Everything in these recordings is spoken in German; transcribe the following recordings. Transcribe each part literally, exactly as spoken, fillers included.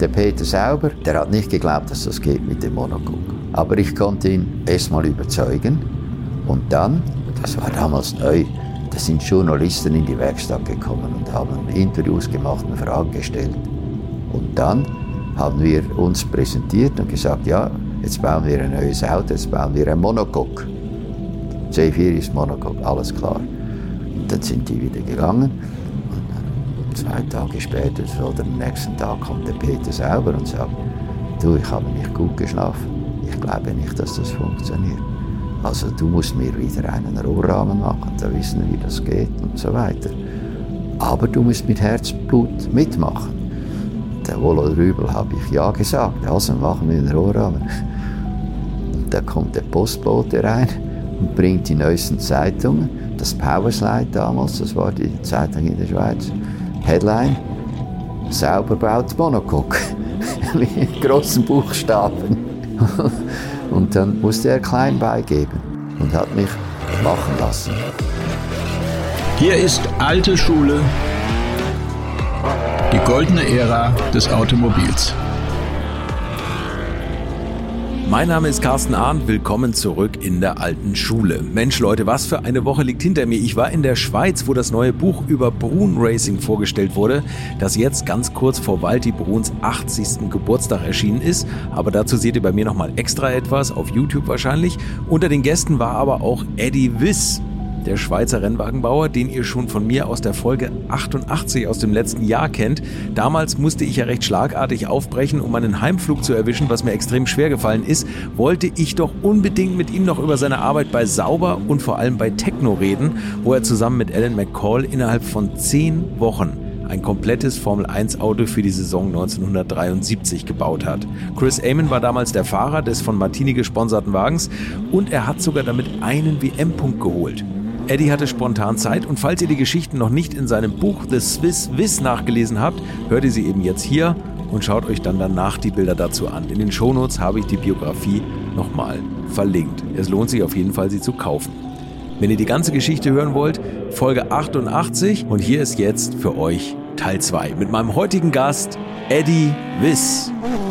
der Peter Sauber, der hat nicht geglaubt, dass das geht mit dem Monocoque. Aber ich konnte ihn erstmal überzeugen. Und dann, das war damals neu, da sind Journalisten in die Werkstatt gekommen und haben Interviews gemacht und Fragen gestellt. Und dann haben wir uns präsentiert und gesagt, ja, jetzt bauen wir ein neues Auto, jetzt bauen wir ein Monocoque. C vier ist Monocoque, alles klar. Und dann sind die wieder gegangen. Und zwei Tage später oder am nächsten Tag kommt der Peter Sauber und sagt, du, ich habe nicht gut geschlafen. Ich glaube nicht, dass das funktioniert. Also du musst mir wieder einen Rohrrahmen machen, da wissen wir, wie das geht und so weiter. Aber du musst mit Herzblut mitmachen. Der wohl oder übel habe ich ja gesagt, also machen wir einen Rohrrahmen. Und da kommt der Postbote rein und bringt die neuesten Zeitungen. Das Powerslide damals, das war die Zeitung in der Schweiz. Headline: Sauber baut Monocoque. Mit großen Buchstaben. Und dann musste er klein beigeben und hat mich machen lassen. Hier ist alte Schule, die goldene Ära des Automobils. Mein Name ist Carsten Arndt, willkommen zurück in der alten Schule. Mensch Leute, was für eine Woche liegt hinter mir. Ich war in der Schweiz, wo das neue Buch über Brun Racing vorgestellt wurde, das jetzt ganz kurz vor Walti Bruns achtzigsten Geburtstag erschienen ist. Aber dazu seht ihr bei mir nochmal extra etwas, auf YouTube wahrscheinlich. Unter den Gästen war aber auch Eddie Wyss, der Schweizer Rennwagenbauer, den ihr schon von mir aus der Folge achtundachtzig aus dem letzten Jahr kennt. Damals musste ich ja recht schlagartig aufbrechen, um einen Heimflug zu erwischen, was mir extrem schwer gefallen ist, wollte ich doch unbedingt mit ihm noch über seine Arbeit bei Sauber und vor allem bei Tekno reden, wo er zusammen mit Alan McCall innerhalb von zehn Wochen ein komplettes Formel eins Auto für die Saison neunzehnhundertdreiundsiebzig gebaut hat. Chris Amon war damals der Fahrer des von Martini gesponserten Wagens und er hat sogar damit einen W M-Punkt geholt. Eddie hatte spontan Zeit und falls ihr die Geschichten noch nicht in seinem Buch The Swiss Wyss nachgelesen habt, hört ihr sie eben jetzt hier und schaut euch dann danach die Bilder dazu an. In den Shownotes habe ich die Biografie nochmal verlinkt. Es lohnt sich auf jeden Fall, sie zu kaufen. Wenn ihr die ganze Geschichte hören wollt, Folge achtundachtzig und hier ist jetzt für euch Teil zwei mit meinem heutigen Gast Eddie Wyss.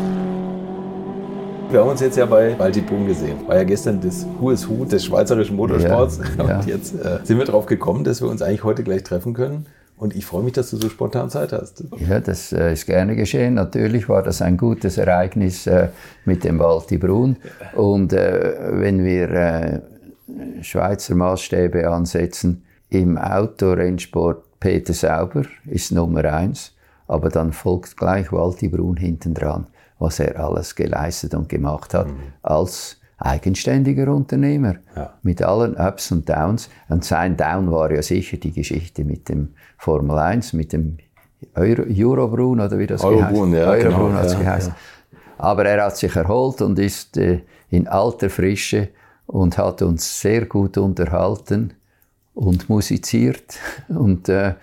Wir haben uns jetzt ja bei Walti Brun gesehen. War ja gestern das Who is Who des schweizerischen Motorsports. Ja, ja. Und jetzt äh, sind wir drauf gekommen, dass wir uns eigentlich heute gleich treffen können. Und ich freue mich, dass du so spontan Zeit hast. Ja, das äh, ist gerne geschehen. Natürlich war das ein gutes Ereignis äh, mit dem Walti Brun. Und äh, wenn wir äh, Schweizer Maßstäbe ansetzen, im Autorennsport Peter Sauber ist Nummer eins. Aber dann folgt gleich Walti Brun hinten dran, was er alles geleistet und gemacht hat, mhm. als eigenständiger Unternehmer, ja. mit allen Ups und Downs. Und sein Down war ja sicher die Geschichte mit dem Formel eins, mit dem Euro, Eurobrun, oder wie das Eurobrun, geheißen. Ja, Eurobrun genau, hat es ja, geheißen. Ja. Aber er hat sich erholt und ist äh, in alter Frische und hat uns sehr gut unterhalten und musiziert. Und äh,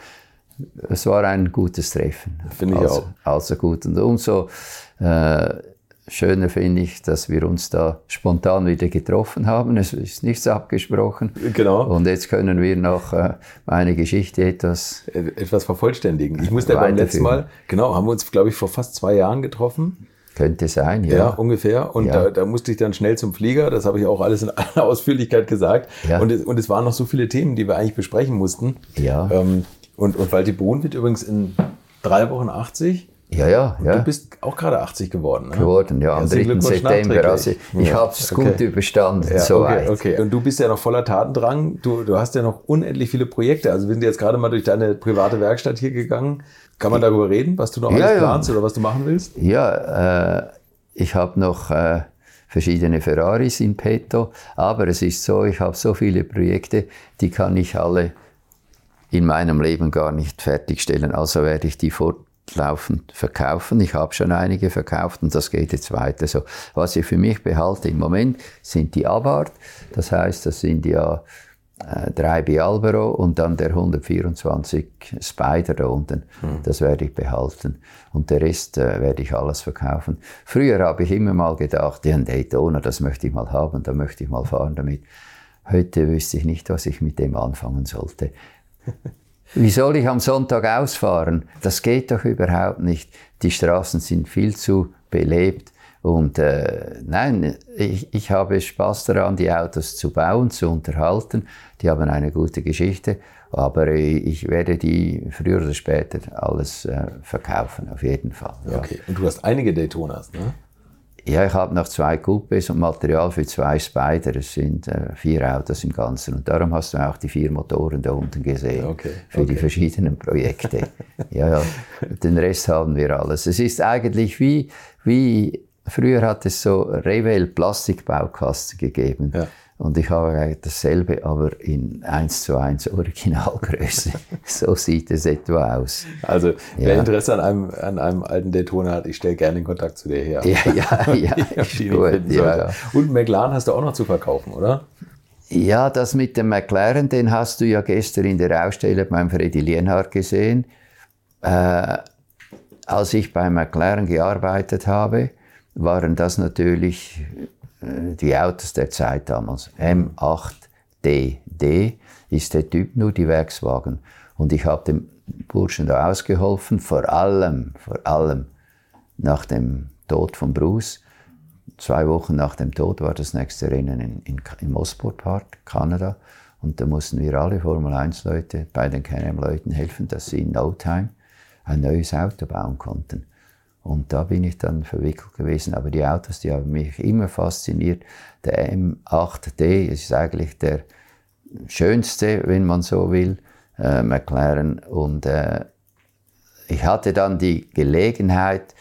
es war ein gutes Treffen. Finde ich also, auch. Also gut. Und umso äh, schöner finde ich, dass wir uns da spontan wieder getroffen haben. Es ist nichts abgesprochen. Genau. Und jetzt können wir noch äh, meine Geschichte etwas etwas vervollständigen. Ich musste ja beim letzten Mal, genau, haben wir uns, glaube ich, vor fast zwei Jahren getroffen. Könnte sein, ja. Ja, ungefähr. Und ja. da, da musste ich dann schnell zum Flieger. Das habe ich auch alles in aller Ausführlichkeit gesagt. Ja. Und, es, und es waren noch so viele Themen, die wir eigentlich besprechen mussten. Ja. Ähm, und, und Walti Brun wird übrigens in drei Wochen achtzig. Ja, ja, ja. Du bist auch gerade achtzig geworden, ne? Geworden, ja, am dritten September. Also ich ja. habe es gut okay. überstanden, ja, soweit. Okay, okay. Und du bist ja noch voller Tatendrang. Du, du hast ja noch unendlich viele Projekte. Also wir sind jetzt gerade mal durch deine private Werkstatt hier gegangen. Kann man darüber reden, was du noch alles ja, planst ja. oder was du machen willst? Ja, äh, ich habe noch äh, verschiedene Ferraris in petto. Aber es ist so, ich habe so viele Projekte, die kann ich alle in meinem Leben gar nicht fertigstellen. Also werde ich die fortlaufend verkaufen. Ich habe schon einige verkauft und das geht jetzt weiter so. Was ich für mich behalte im Moment sind die Abarth. Das heißt, das sind ja äh, drei Bialbero und dann der hundertvierundzwanzig Spider da unten. Hm. Das werde ich behalten. Und der Rest äh, werde ich alles verkaufen. Früher habe ich immer mal gedacht, ja, ein Daytona, das möchte ich mal haben, da möchte ich mal fahren damit. Heute wüsste ich nicht, was ich mit dem anfangen sollte. Wie soll ich am Sonntag ausfahren? Das geht doch überhaupt nicht. Die Straßen sind viel zu belebt. Und äh, nein, ich, ich habe Spaß daran, die Autos zu bauen, zu unterhalten. Die haben eine gute Geschichte, aber ich, ich werde die früher oder später alles äh, verkaufen, auf jeden Fall. Ja. Okay, und du hast einige Daytonas, ne? Ja, ich habe noch zwei Coupés und Material für zwei Spider. Es sind äh, vier Autos im Ganzen. Und darum hast du auch die vier Motoren da unten gesehen. Okay, für okay. die verschiedenen Projekte. ja, ja, den Rest haben wir alles. Es ist eigentlich wie, wie früher hat es so Revell Plastikbaukasten gegeben. Ja. Und ich habe eigentlich dasselbe, aber in eins zu eins Originalgröße. So sieht es etwa aus. Also, wer ja. Interesse an einem, an einem alten Daytona hat, ich stelle gerne den Kontakt zu dir her. Ja, ja, ja. ist gut, ja, ja. Und McLaren hast du auch noch zu verkaufen, oder? Ja, das mit dem McLaren, den hast du ja gestern in der Ausstellung beim Freddy Lienhardt gesehen. Äh, als ich bei McLaren gearbeitet habe, waren das natürlich die Autos der Zeit damals. M acht D D ist der Typ, nur die Werkswagen. Und ich habe dem Burschen da ausgeholfen, vor allem, vor allem nach dem Tod von Bruce. Zwei Wochen nach dem Tod war das nächste Rennen in, in, im Mosport Park, Kanada. Und da mussten wir alle Formel eins Leute bei den K N M-Leuten helfen, dass sie in No Time ein neues Auto bauen konnten. Und da bin ich dann verwickelt gewesen. Aber die Autos, die haben mich immer fasziniert. Der M acht D ist eigentlich der schönste, wenn man so will, äh, McLaren. Und äh, ich hatte dann die Gelegenheit,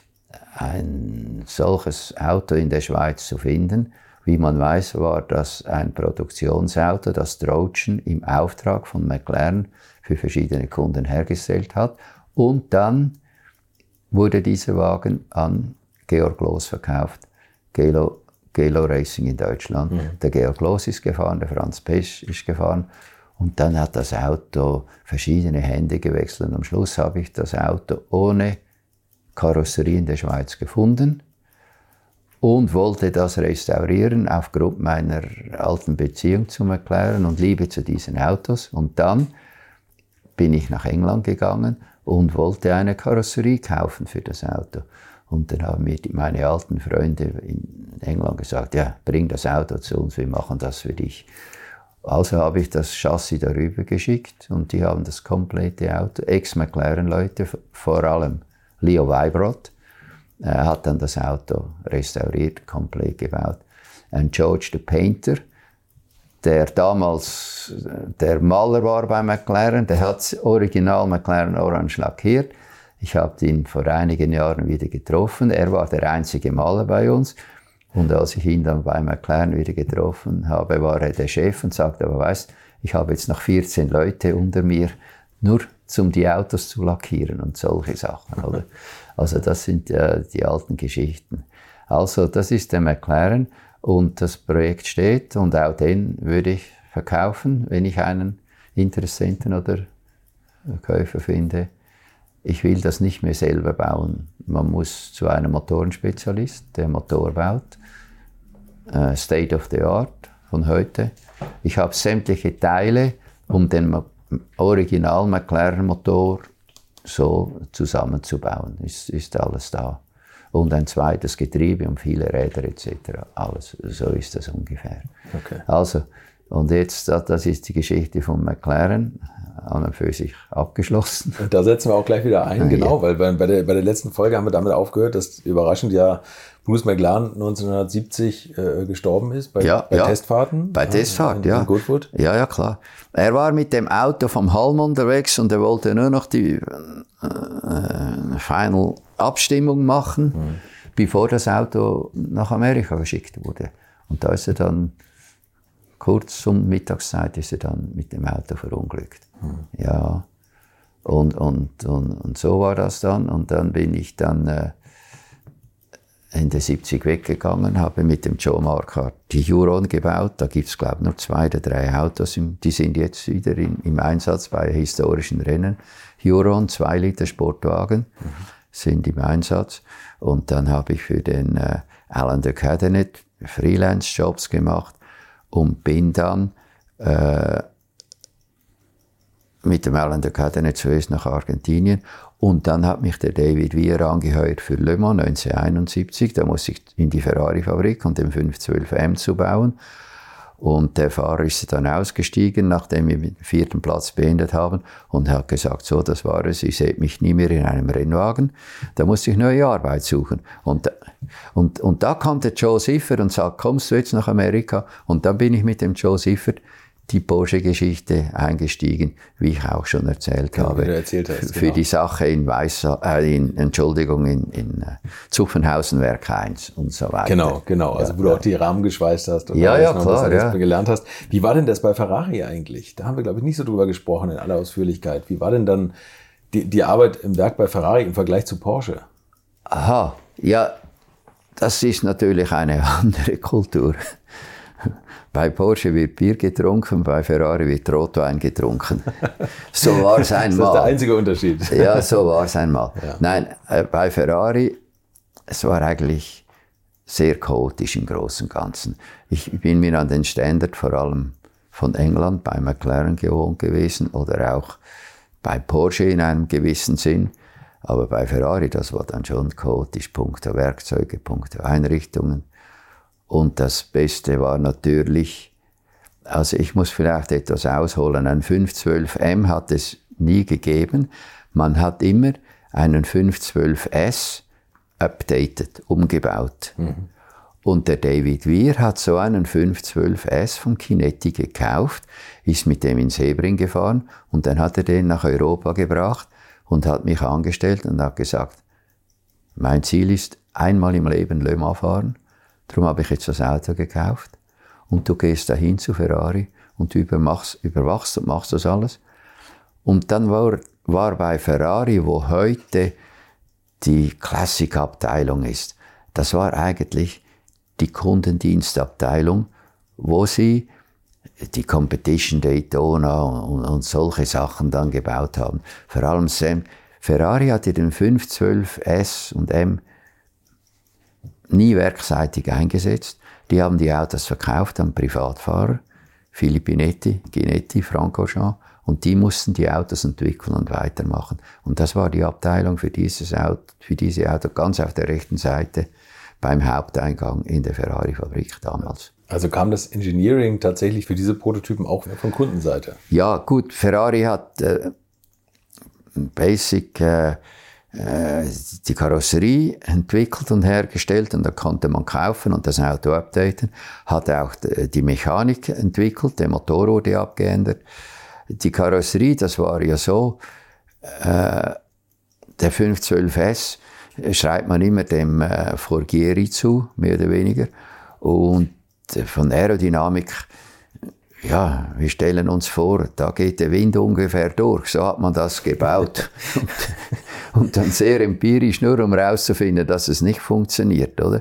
ein solches Auto in der Schweiz zu finden. Wie man weiß, war das ein Produktionsauto, das Trojan im Auftrag von McLaren für verschiedene Kunden hergestellt hat. Und dann wurde dieser Wagen an Georg Loos verkauft. Gelo, Gelo Racing in Deutschland. Mhm. Der Georg Loos ist gefahren, der Franz Pesch ist gefahren. Und dann hat das Auto verschiedene Hände gewechselt. Und am Schluss habe ich das Auto ohne Karosserie in der Schweiz gefunden und wollte das restaurieren aufgrund meiner alten Beziehung zu McLaren und Liebe zu diesen Autos. Und dann bin ich nach England gegangen und wollte eine Karosserie kaufen für das Auto. Und dann haben mir die, meine alten Freunde in England gesagt, ja, bring das Auto zu uns, wir machen das für dich. Also habe ich das Chassis darüber geschickt und die haben das komplette Auto, Ex-McLaren-Leute, vor allem Leo Weibrot, äh, hat dann das Auto restauriert, komplett gebaut. Und George the Painter, der damals der Maler war bei McLaren, der hat original McLaren Orange lackiert. Ich habe ihn vor einigen Jahren wieder getroffen. Er war der einzige Maler bei uns. Und als ich ihn dann bei McLaren wieder getroffen habe, war er der Chef und sagte, aber weißt, ich habe jetzt noch vierzehn Leute unter mir, nur um die Autos zu lackieren und solche Sachen, oder? Also das sind äh, die alten Geschichten. Also das ist der McLaren. Und das Projekt steht und auch den würde ich verkaufen, wenn ich einen Interessenten oder Käufer finde. Ich will das nicht mehr selber bauen. Man muss zu einem Motorenspezialist, der Motor baut. Äh, State of the Art von heute. Ich habe sämtliche Teile, um den Original McLaren Motor so zusammenzubauen. Ist, ist alles da. Und ein zweites Getriebe und viele Räder et cetera. Alles, so ist das ungefähr. Okay. Also, und jetzt, das ist die Geschichte von McLaren, an und für sich abgeschlossen. Und da setzen wir auch gleich wieder ein, genau, ja. Weil bei, bei, der, bei der letzten Folge haben wir damit aufgehört, dass überraschend ja Bruce McLaren neunzehnhundertsiebzig äh, gestorben ist, bei, ja, bei ja. Testfahrten. Bei ja, Testfahrten, in, ja. In Goodwood. Ja, ja, klar. Er war mit dem Auto vom Halm unterwegs und er wollte nur noch die äh, Final Abstimmung machen, mhm. bevor das Auto nach Amerika geschickt wurde. Und da ist er dann, kurz um Mittagszeit, ist er dann mit dem Auto verunglückt. Mhm. Ja. Und, und, und, und so war das dann. Und dann bin ich dann äh, Ende siebzig weggegangen, habe mit dem Joe Marquardt die Huron gebaut. Da gibt es, glaube ich, nur zwei oder drei Autos. Im, die sind jetzt wieder in, im Einsatz bei historischen Rennen. Huron, zwei Liter Sportwagen, mhm. sind im Einsatz. Und dann habe ich für den äh, Alan de Cadenet Freelance-Jobs gemacht und bin dann äh, mit dem Alain de Cadenet zuerst nach Argentinien. Und dann hat mich der David Weir angeheuert für Le Mans neunzehnhunderteinundsiebzig. Da musste ich in die Ferrari-Fabrik und den fünf zwölf M zu bauen. Und der Fahrer ist dann ausgestiegen, nachdem wir den vierten Platz beendet haben, und hat gesagt, so, das war es, ich sehe mich nie mehr in einem Rennwagen. Da musste ich neue Arbeit suchen. Und, und, und da kam der Joe Siffert und sagt, kommst du jetzt nach Amerika? Und dann bin ich mit dem Joe Siffert die Porsche-Geschichte eingestiegen, wie ich auch schon erzählt genau, habe. Wie du erzählt hast, für genau. die Sache in Weißa, äh, in, Entschuldigung, in, in uh, Zuffenhausen Werk eins und so weiter. Genau, genau. Also ja, wo du ja. auch die Rahmen geschweißt hast und ja, alles ja, noch klar, das ja. gelernt hast. Wie war denn das bei Ferrari eigentlich? Da haben wir, glaube ich, nicht so drüber gesprochen in aller Ausführlichkeit. Wie war denn dann die, die Arbeit im Werk bei Ferrari im Vergleich zu Porsche? Aha, ja, das ist natürlich eine andere Kultur. Bei Porsche wird Bier getrunken, bei Ferrari wird Rotwein getrunken. So war es einmal. Das ist der einzige Unterschied. Ja, so war es einmal. Ja. Nein, äh, bei Ferrari, es war eigentlich sehr chaotisch im Großen und Ganzen. Ich bin mir an den Standard vor allem von England bei McLaren gewohnt gewesen oder auch bei Porsche in einem gewissen Sinn. Aber bei Ferrari, das war dann schon chaotisch, punkto Werkzeuge, punkto Einrichtungen. Und das Beste war natürlich, also ich muss vielleicht etwas ausholen, ein fünf zwölf M hat es nie gegeben. Man hat immer einen fünf zwölf S updated, umgebaut. Mhm. Und der David Weir hat so einen fünf zwölf S von Kinetti gekauft, ist mit dem in Sebring gefahren und dann hat er den nach Europa gebracht und hat mich angestellt und hat gesagt, mein Ziel ist, einmal im Leben Le Mans fahren. Darum habe ich jetzt das Auto gekauft. Und du gehst dahin zu Ferrari und du übermachst, überwachst und machst das alles. Und dann war, war bei Ferrari, wo heute die Classic-Abteilung ist, das war eigentlich die Kundendienstabteilung, wo sie die Competition Daytona und, und solche Sachen dann gebaut haben. Vor allem Sam, Ferrari hatte den fünf zwölf S und M nie werkseitig eingesetzt. Die haben die Autos verkauft an Privatfahrer, Filippinetti, Ginetti, Francorchamps, und die mussten die Autos entwickeln und weitermachen. Und das war die Abteilung für dieses Auto, für diese Auto ganz auf der rechten Seite beim Haupteingang in der Ferrari-Fabrik damals. Also kam das Engineering tatsächlich für diese Prototypen auch von Kundenseite? Ja, gut, Ferrari hat äh, Basic äh, die Karosserie entwickelt und hergestellt und da konnte man kaufen und das Auto updaten. Hat auch die Mechanik entwickelt, der Motor wurde abgeändert. Die Karosserie, das war ja so, äh, der fünf zwölf S schreibt man immer dem äh, Forghieri zu, mehr oder weniger. Und von Aerodynamik, ja, wir stellen uns vor, da geht der Wind ungefähr durch, so hat man das gebaut. und, und dann sehr empirisch, nur um herauszufinden, dass es nicht funktioniert, oder?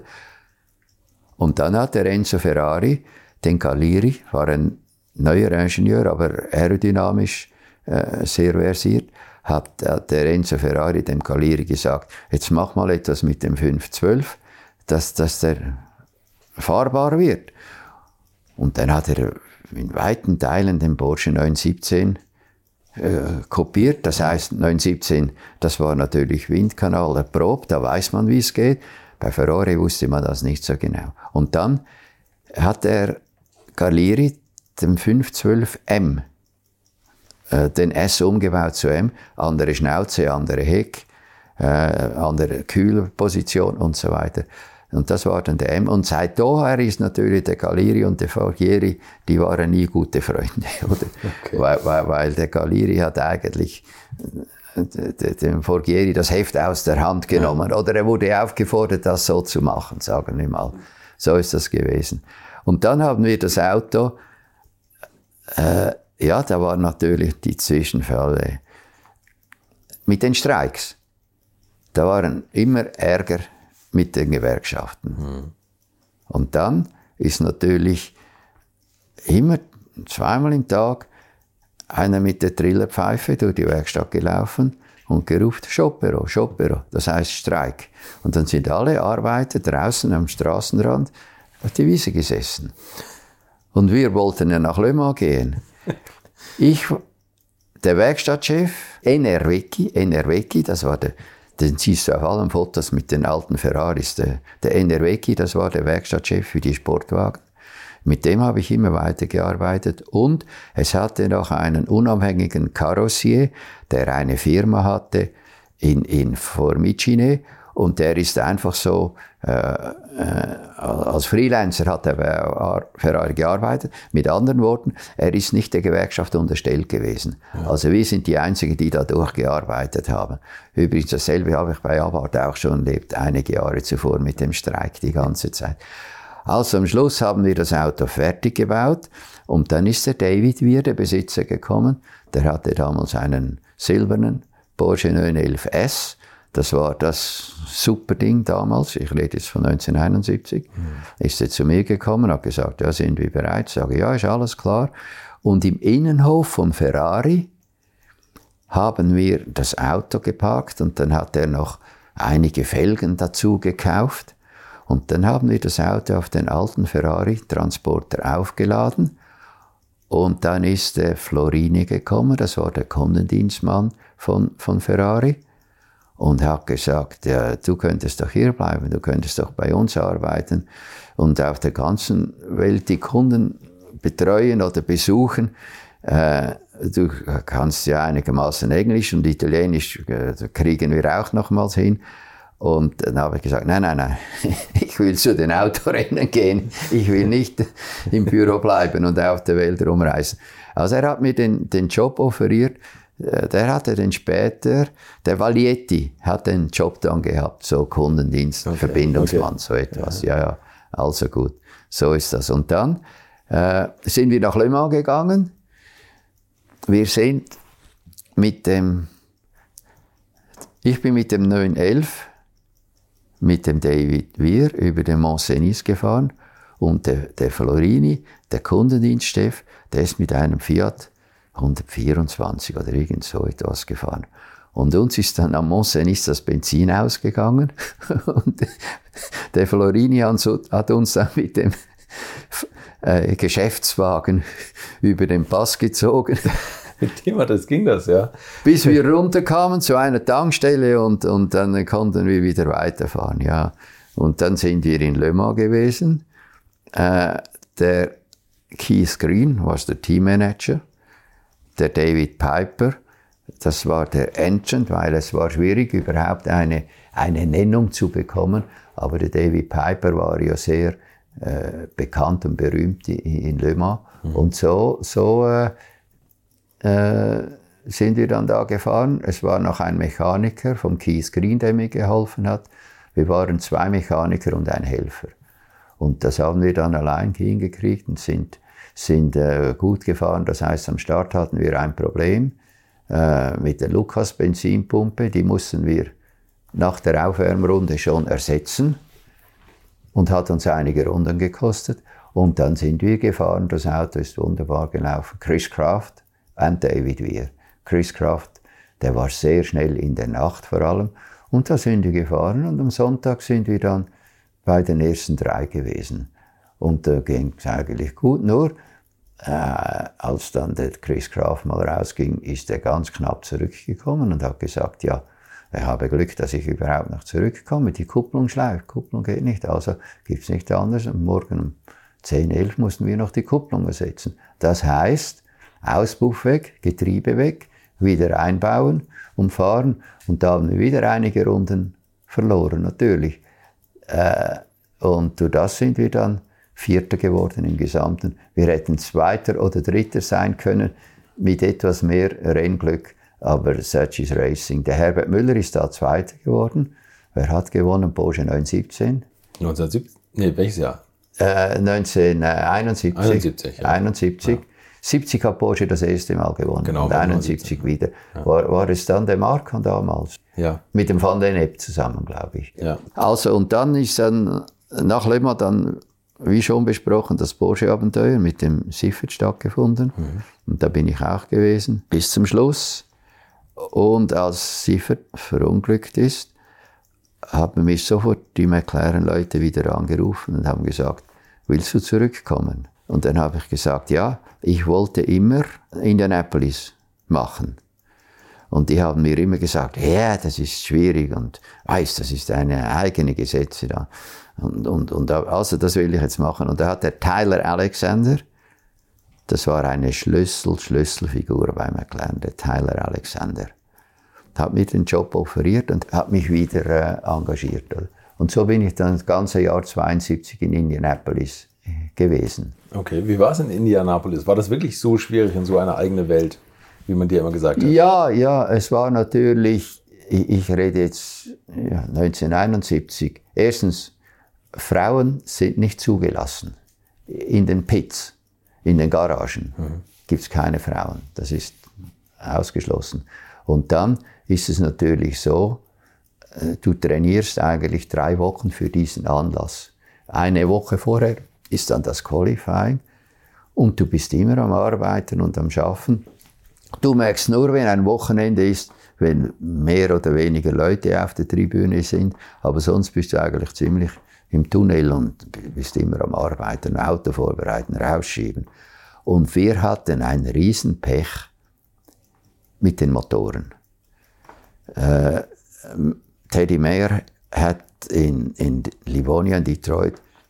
Und dann hat der Enzo Ferrari, den Caliri, war ein neuer Ingenieur, aber aerodynamisch äh, sehr versiert, hat, hat der Enzo Ferrari dem Caliri gesagt, jetzt mach mal etwas mit dem fünf zwölf, dass, dass der fahrbar wird. Und dann hat er in weiten Teilen den Porsche neun siebzehn äh, kopiert. Das heißt, neun siebzehn, das war natürlich Windkanal erprobt, da weiß man, wie es geht. Bei Ferrari wusste man das nicht so genau. Und dann hat der Caliri den fünf zwölf M, äh, den S umgebaut zu M, andere Schnauze, andere Heck, äh, andere Kühlposition und so weiter. Und das war dann der M. Und seit daher ist natürlich der Caliri und der Forghieri, die waren nie gute Freunde, oder? Okay. Weil, weil, weil der Caliri hat eigentlich dem Forghieri das Heft aus der Hand genommen. Ja. Oder er wurde aufgefordert, das so zu machen, sagen wir mal. So ist das gewesen. Und dann haben wir das Auto, äh, ja, da waren natürlich die Zwischenfälle mit den Streiks. Da waren immer Ärger mit den Gewerkschaften. Mhm. Und dann ist natürlich immer zweimal im Tag einer mit der Trillerpfeife durch die Werkstatt gelaufen und gerufen, Sciopero, Sciopero, das heißt Streik. Und dann sind alle Arbeiter draußen am Straßenrand auf die Wiese gesessen. Und wir wollten ja nach Le Mans gehen. Ich, der Werkstattchef, Enervecchi, Enervecchi, das war der, den siehst du auf allen Fotos mit den alten Ferraris, der, der Enervecchi, das war der Werkstattchef für die Sportwagen. Mit dem habe ich immer weitergearbeitet und es hatte noch einen unabhängigen Karossier, der eine Firma hatte in, in Formigine und der ist einfach so, äh, äh, als Freelancer hat er bei Ferrari gearbeitet. Mit anderen Worten, er ist nicht der Gewerkschaft unterstellt gewesen. Ja. Also wir sind die Einzigen, die da durchgearbeitet haben. Übrigens dasselbe habe ich bei Abarth auch schon erlebt, einige Jahre zuvor mit dem Streik die ganze Zeit. Also am Schluss haben wir das Auto fertig gebaut und dann ist der David Weir, der Besitzer, gekommen. Der hatte damals einen silbernen Porsche neunhundertelf S. Das war das super Ding damals. Ich rede jetzt von neunzehnhunderteinundsiebzig. Mhm. Ist er zu mir gekommen, hat gesagt, ja, sind wir bereit? Ich sage, ja, ist alles klar. Und im Innenhof von Ferrari haben wir das Auto geparkt und dann hat er noch einige Felgen dazu gekauft. Und dann haben wir das Auto auf den alten Ferrari-Transporter aufgeladen. Und dann ist der Florini gekommen, das war der Kundendienstmann von, von Ferrari. Und hat gesagt, ja, du könntest doch hier bleiben, du könntest doch bei uns arbeiten und auf der ganzen Welt die Kunden betreuen oder besuchen. Äh, du kannst ja einigermaßen Englisch und Italienisch äh, kriegen wir auch nochmals hin. Und dann habe ich gesagt, nein, nein, nein, ich will zu den Autorennen gehen, ich will nicht im Büro bleiben und auf der Welt rumreisen. Also er hat mir den, den Job offeriert, der hatte den später, der Valietti hat den Job dann gehabt, so Kundendienst, okay, Verbindungsmann, okay. So etwas, ja. ja, ja, also gut, so ist das. Und dann äh, sind wir nach Le Mans gegangen, wir sind mit dem, ich bin mit dem neunhundertelf, mit dem David Weir über den Mont Cenis gefahren und der, der Florini, der Kundendienstchef, der ist mit einem Fiat hundertvierundzwanzig oder irgend so etwas gefahren. Und uns ist dann am Mont Cenis das Benzin ausgegangen und der Florini hat uns dann mit dem äh, Geschäftswagen über den Pass gezogen. Mit dem das ging das, ja. Bis wir runterkamen zu einer Tankstelle und, und dann konnten wir wieder weiterfahren, ja. Und dann sind wir in Le Mans gewesen. Äh, der Keith Green war der Teammanager, der David Piper, das war der Agent, weil es war schwierig, überhaupt eine, eine Nennung zu bekommen. Aber der David Piper war ja sehr äh, bekannt und berühmt in, in Le Mans. Mhm. Und so, so äh, Äh, sind wir dann da gefahren. Es war noch ein Mechaniker vom Keith Green, der mir geholfen hat. Wir waren zwei Mechaniker und ein Helfer. Und das haben wir dann allein hingekriegt und sind, sind äh, gut gefahren. Das heißt, am Start hatten wir ein Problem äh, mit der Lucas-Benzinpumpe. Die mussten wir nach der Aufwärmrunde schon ersetzen und hat uns einige Runden gekostet. Und dann sind wir gefahren. Das Auto ist wunderbar gelaufen. Chris Craft und David Weir. Chris Craft, der war sehr schnell in der Nacht vor allem. Und da sind wir gefahren und am Sonntag sind wir dann bei den ersten drei gewesen. Und da ging es eigentlich gut. Nur, äh, als dann der Chris Craft mal rausging, ist er ganz knapp zurückgekommen und hat gesagt, ja, ich habe Glück, dass ich überhaupt noch zurückkomme. Die Kupplung schleift, Kupplung geht nicht, also gibt es nichts anderes. Und morgen um zehn, elf mussten wir noch die Kupplung ersetzen. Das heißt, Auspuff weg, Getriebe weg, wieder einbauen und fahren. Und da haben wir wieder einige Runden verloren, natürlich. Äh, und durch das sind wir dann Vierter geworden im Gesamten. Wir hätten Zweiter oder Dritter sein können, mit etwas mehr Rennglück. Aber such is Racing. Der Herbert Müller ist da Zweiter geworden. Wer hat gewonnen? Porsche neunhundertsiebzehn. neunzehnhundertsiebzehn? Nee, welches Jahr? Äh, neunzehnhunderteinundsiebzig. einundsiebzig, ja. einundsiebzig. Ja. siebzig hat Porsche das erste Mal gewonnen, genau, und einundsiebzig wieder. Ja. War, war es dann der Marcan damals? Ja. Mit dem Van den Epp zusammen, glaube ich. Ja. Also, und dann ist dann, nach Le Mans dann, wie schon besprochen, das Porsche-Abenteuer mit dem Siffert stattgefunden. Mhm. Und da bin ich auch gewesen, bis zum Schluss. Und als Siffert verunglückt ist, haben mich sofort die McLaren-Leute wieder angerufen und haben gesagt, willst du zurückkommen? Und dann habe ich gesagt, ja, ich wollte immer Indianapolis machen. Und die haben mir immer gesagt, ja, das ist schwierig und weiß, das ist eine eigene Gesetze da. Und, und, und also das will ich jetzt machen. Und da hat der Tyler Alexander, das war eine Schlüssel, Schlüsselfigur bei McLaren, der Tyler Alexander, hat mir den Job offeriert und hat mich wieder äh, engagiert. Und so bin ich dann das ganze Jahr zweiundsiebzig in Indianapolis gewesen. Okay, wie war es in Indianapolis? War das wirklich so schwierig in so einer eigenen Welt, wie man dir immer gesagt hat? Ja, ja, es war natürlich, ich, ich rede jetzt ja, neunzehnhunderteinundsiebzig. Erstens, Frauen sind nicht zugelassen. In den Pits, in den Garagen mhm. gibt es keine Frauen. Das ist ausgeschlossen. Und dann ist es natürlich so, du trainierst eigentlich drei Wochen für diesen Anlass. Eine Woche vorher ist dann das Qualifying und du bist immer am Arbeiten und am Schaffen. Du merkst nur, wenn ein Wochenende ist, wenn mehr oder weniger Leute auf der Tribüne sind, aber sonst bist du eigentlich ziemlich im Tunnel und bist immer am Arbeiten, Auto vorbereiten, rausschieben. Und wir hatten ein Riesenpech mit den Motoren. Äh, Teddy Mayer hat in, in Livonia, in Detroit,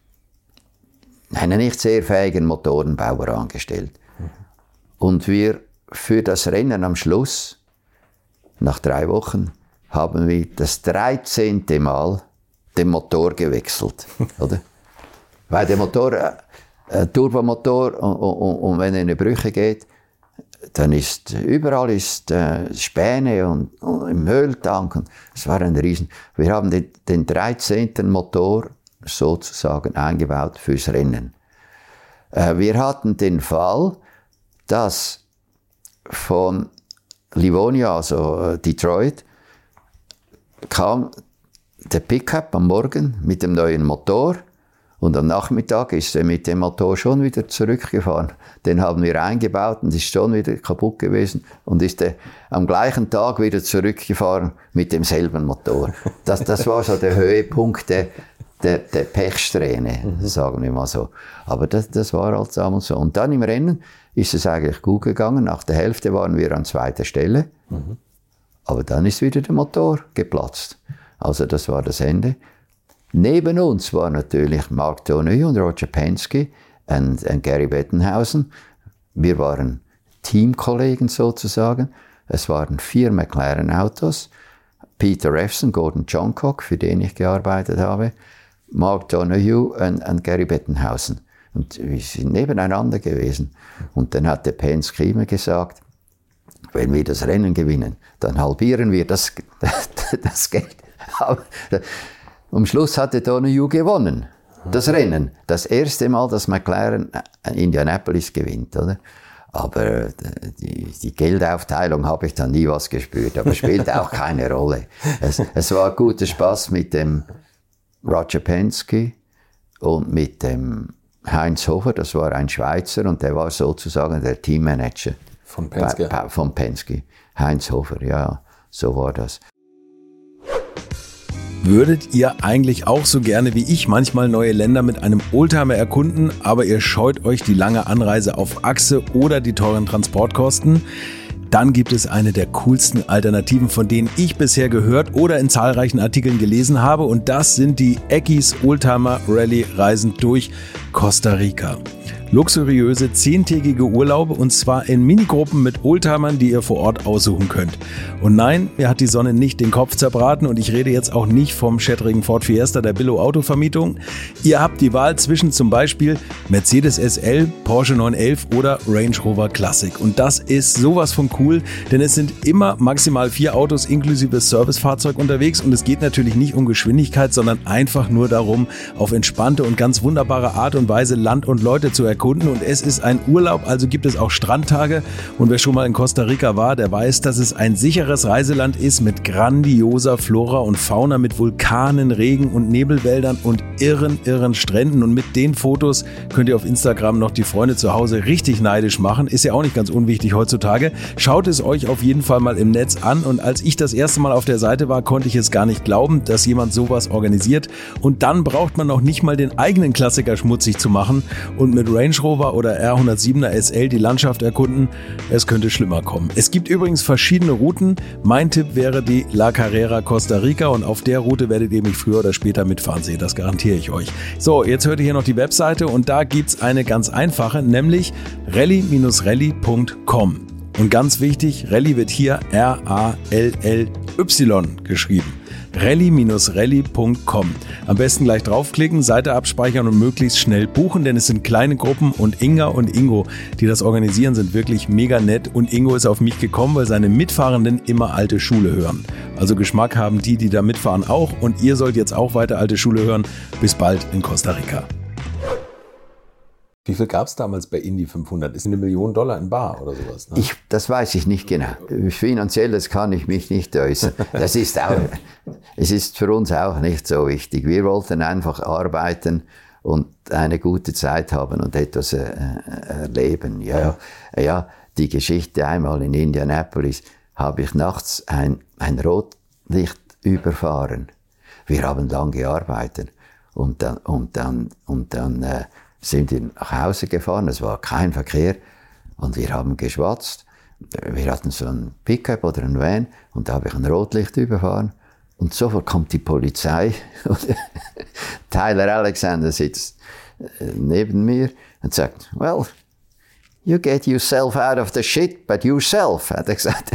einen nicht sehr fähigen Motorenbauer angestellt. Mhm. Und wir für das Rennen am Schluss, nach drei Wochen, haben wir das dreizehnte Mal den Motor gewechselt. Oder? Weil der Motor, äh, Turbomotor, und, und, und wenn er in eine Brüche geht, dann ist überall ist äh, Späne und, und im Öltank. Und es war ein Riesen. Wir haben den, den dreizehnten Motor sozusagen eingebaut fürs Rennen. Äh, wir hatten den Fall, dass von Livonia, also äh, Detroit, kam der Pickup am Morgen mit dem neuen Motor. Und am Nachmittag ist er mit dem Motor schon wieder zurückgefahren. Den haben wir eingebaut und ist schon wieder kaputt gewesen. Und ist er am gleichen Tag wieder zurückgefahren mit demselben Motor. Das, das war so der Höhepunkt der, der, der Pechsträhne, sagen wir mal so. Aber das, das war halt damals so. Und dann im Rennen ist es eigentlich gut gegangen. Nach der Hälfte waren wir an zweiter Stelle. Mhm. Aber dann ist wieder der Motor geplatzt. Also das war das Ende. Neben uns war natürlich Mark Donohue und Roger Penske und, und Gary Bettenhausen. Wir waren Teamkollegen sozusagen. Es waren vier McLaren-Autos. Peter Revson, Gordon Johncock, für den ich gearbeitet habe, Mark Donohue und, und Gary Bettenhausen. Und wir sind nebeneinander gewesen. Und dann hat der Penske immer gesagt, wenn wir das Rennen gewinnen, dann halbieren wir das, das Geld. Am Schluss hatte Donohue gewonnen, das Rennen. Das erste Mal, dass McLaren Indianapolis gewinnt, oder? Aber die, die Geldaufteilung habe ich dann nie was gespürt, aber spielt auch keine Rolle. Es, es war guter Spaß mit dem Roger Penske und mit dem Heinz Hofer, das war ein Schweizer und der war sozusagen der Teammanager. Von Penske? Bei, von Penske. Heinz Hofer, ja, so war das. Würdet ihr eigentlich auch so gerne wie ich manchmal neue Länder mit einem Oldtimer erkunden, aber ihr scheut euch die lange Anreise auf Achse oder die teuren Transportkosten? Dann gibt es eine der coolsten Alternativen, von denen ich bisher gehört oder in zahlreichen Artikeln gelesen habe, und das sind die Eckis Oldtimer Rallye Reisen durch Costa Rica. Luxuriöse zehntägige Urlaube, und zwar in Minigruppen mit Oldtimern, die ihr vor Ort aussuchen könnt. Und nein, mir hat die Sonne nicht den Kopf zerbraten und ich rede jetzt auch nicht vom schättrigen Ford Fiesta der Billo Autovermietung. Ihr habt die Wahl zwischen zum Beispiel Mercedes S L, Porsche neun elf oder Range Rover Classic. Und das ist sowas von cool, denn es sind immer maximal vier Autos inklusive Servicefahrzeug unterwegs, und es geht natürlich nicht um Geschwindigkeit, sondern einfach nur darum, auf entspannte und ganz wunderbare Art und Weise Land und Leute zu erkunden. Und es ist ein Urlaub, also gibt es auch Strandtage. Und wer schon mal in Costa Rica war, der weiß, dass es ein sicheres Reiseland ist mit grandioser Flora und Fauna, mit Vulkanen, Regen- und Nebelwäldern und irren, irren Stränden. Und mit den Fotos könnt ihr auf Instagram noch die Freunde zu Hause richtig neidisch machen. Ist ja auch nicht ganz unwichtig heutzutage. Schaut es euch auf jeden Fall mal im Netz an. Und als ich das erste Mal auf der Seite war, konnte ich es gar nicht glauben, dass jemand sowas organisiert. Und dann braucht man noch nicht mal den eigenen Klassiker schmutzig zu machen. Und mit Range Range Rover oder R hundertsiebener S L die Landschaft erkunden. Es könnte schlimmer kommen. Es gibt übrigens verschiedene Routen. Mein Tipp wäre die La Carrera Costa Rica und auf der Route werdet ihr mich früher oder später mitfahren sehen. Das garantiere ich euch. So, jetzt hört ihr hier noch die Webseite und da gibt's eine ganz einfache, nämlich rally Bindestrich rally Punkt com. Und ganz wichtig, Rally wird hier R A L L Y geschrieben. rally Bindestrich rally Punkt com. Am besten gleich draufklicken, Seite abspeichern und möglichst schnell buchen, denn es sind kleine Gruppen und Inga und Ingo, die das organisieren, sind wirklich mega nett und Ingo ist auf mich gekommen, weil seine Mitfahrenden immer alte Schule hören. Also Geschmack haben die, die da mitfahren auch und ihr sollt jetzt auch weiter alte Schule hören. Bis bald in Costa Rica. Wie viel gab es damals bei Indy fünfhundert? Ist eine Million Dollar in bar oder sowas? Ne? Ich, das weiß ich nicht genau. Finanzielles kann ich mich nicht äußern. Das ist auch, es ist für uns auch nicht so wichtig. Wir wollten einfach arbeiten und eine gute Zeit haben und etwas äh, erleben. Ja, ja, die Geschichte einmal in Indianapolis habe ich nachts ein, ein Rotlicht überfahren. Wir haben lang gearbeitet und dann, und dann, und dann äh, sind wir nach Hause gefahren, es war kein Verkehr und wir haben geschwatzt. Wir hatten so ein Pickup oder ein Van und da habe ich ein Rotlicht überfahren und sofort kommt die Polizei und Tyler Alexander sitzt neben mir und sagt, well, you get yourself out of the shit, but yourself, hat er gesagt.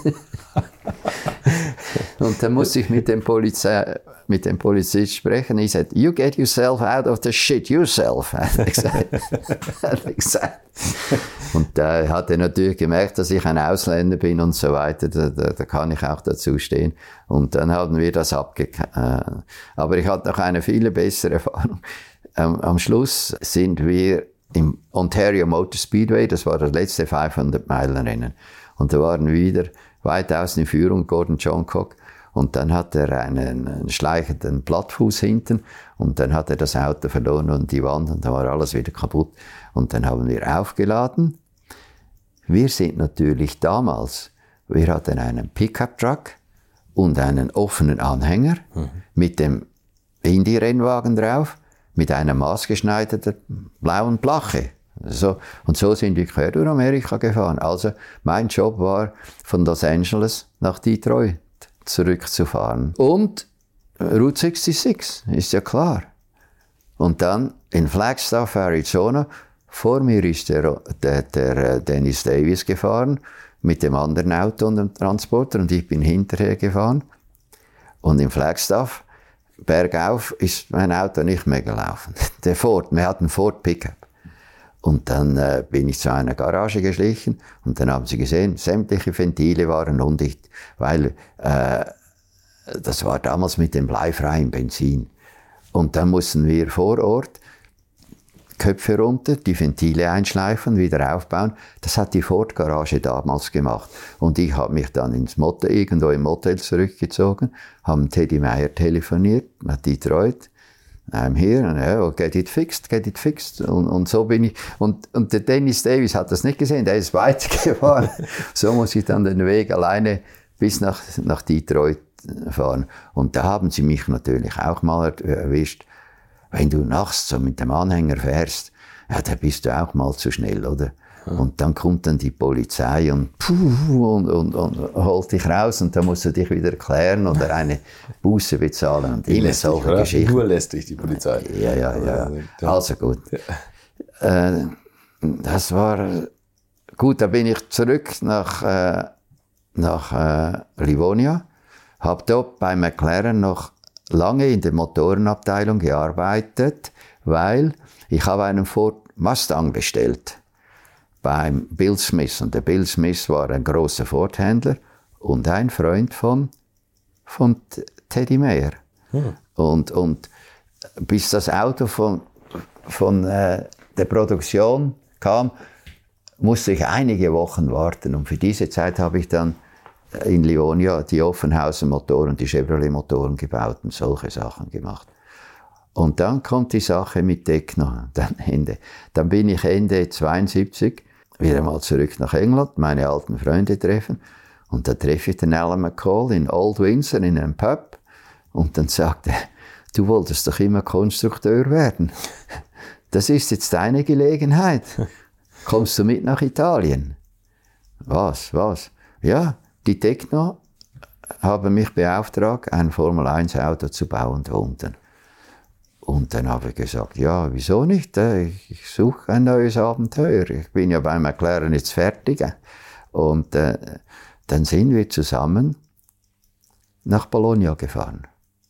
Und dann musste ich mit dem Polizei, mit dem Polizist sprechen. Ich sagte, you get yourself out of the shit yourself, hat er gesagt. hat er gesagt. Und da hat er natürlich gemerkt, dass ich ein Ausländer bin und so weiter. Da, da, da kann ich auch dazu stehen. Und dann haben wir das abgeklärt. Äh, aber ich hatte noch eine viel bessere Erfahrung. Ähm, am Schluss sind wir im Ontario Motor Speedway, das war das letzte fünfhundert-Meilen-Rennen. Und da waren wir wieder weit außen in Führung, Gordon Johncock. Und dann hat er einen, einen schleichenden Plattfuß hinten und dann hat er das Auto verloren und die Wand und da war alles wieder kaputt. Und dann haben wir aufgeladen. Wir sind natürlich damals, wir hatten einen Pickup-Truck und einen offenen Anhänger mhm. mit dem Indy-Rennwagen drauf, mit einer maßgeschneiderten blauen Plache. So, und so sind wir quer durch Amerika gefahren. Also mein Job war, von Los Angeles nach Detroit zurückzufahren. Und Route sechsundsechzig, ist ja klar. Und dann in Flagstaff, Arizona, vor mir ist der, der, der Dennis Davis gefahren, mit dem anderen Auto und dem Transporter, und ich bin hinterher gefahren. Und in Flagstaff, bergauf, ist mein Auto nicht mehr gelaufen. Der Ford, wir hatten Ford Pickup. Und dann äh, bin ich zu einer Garage geschlichen und dann haben sie gesehen, sämtliche Ventile waren undicht, weil äh, das war damals mit dem bleifreien Benzin. Und dann mussten wir vor Ort Köpfe runter, die Ventile einschleifen, wieder aufbauen. Das hat die Ford-Garage damals gemacht. Und ich habe mich dann ins Motel, irgendwo im Motel zurückgezogen, haben Teddy Meyer telefoniert nach Detroit. I'm here, and oh, get it fixed, get it fixed. Und, und so bin ich. Und, und der Dennis Davis hat das nicht gesehen, der ist weitergefahren. So muss ich dann den Weg alleine bis nach, nach Detroit fahren. Und da haben sie mich natürlich auch mal erwischt. Wenn du nachts so mit dem Anhänger fährst, ja, da bist du auch mal zu schnell, oder? Und dann kommt dann die Polizei und, puh, und, und, und holt dich raus und dann musst du dich wieder erklären oder eine Buße bezahlen und immer solche Geschichten. Nur lässt dich die Polizei. Ja, ja, ja. Also gut. Ja. Äh, das war gut, da bin ich zurück nach, äh, nach äh, Livonia, habe dort bei McLaren noch lange in der Motorenabteilung gearbeitet, weil ich habe einen Ford Mustang bestellt beim Bill Smith. Und der Bill Smith war ein großer Ford-Händler und ein Freund von, von Teddy Meyer. Hm. Und, und bis das Auto von, von äh, der Produktion kam, musste ich einige Wochen warten. Und für diese Zeit habe ich dann in Livonia die Offenhausen-Motoren, die Chevrolet-Motoren gebaut und solche Sachen gemacht. Und dann kommt die Sache mit Decno. Dann, Ende. dann bin ich Ende zweiundsiebzig wieder mal zurück nach England, meine alten Freunde treffen. Und da treffe ich den Alan McCall in Old Windsor in einem Pub. Und dann sagt er, du wolltest doch immer Konstrukteur werden. das ist jetzt deine Gelegenheit. Kommst du mit nach Italien? Was, was? Ja, die Tecno haben mich beauftragt, ein Formel eins Auto zu bauen da unten. Und dann habe ich gesagt, ja, wieso nicht? Ich, ich suche ein neues Abenteuer. Ich bin ja beim Erklären jetzt fertig. Und äh, dann sind wir zusammen nach Bologna gefahren.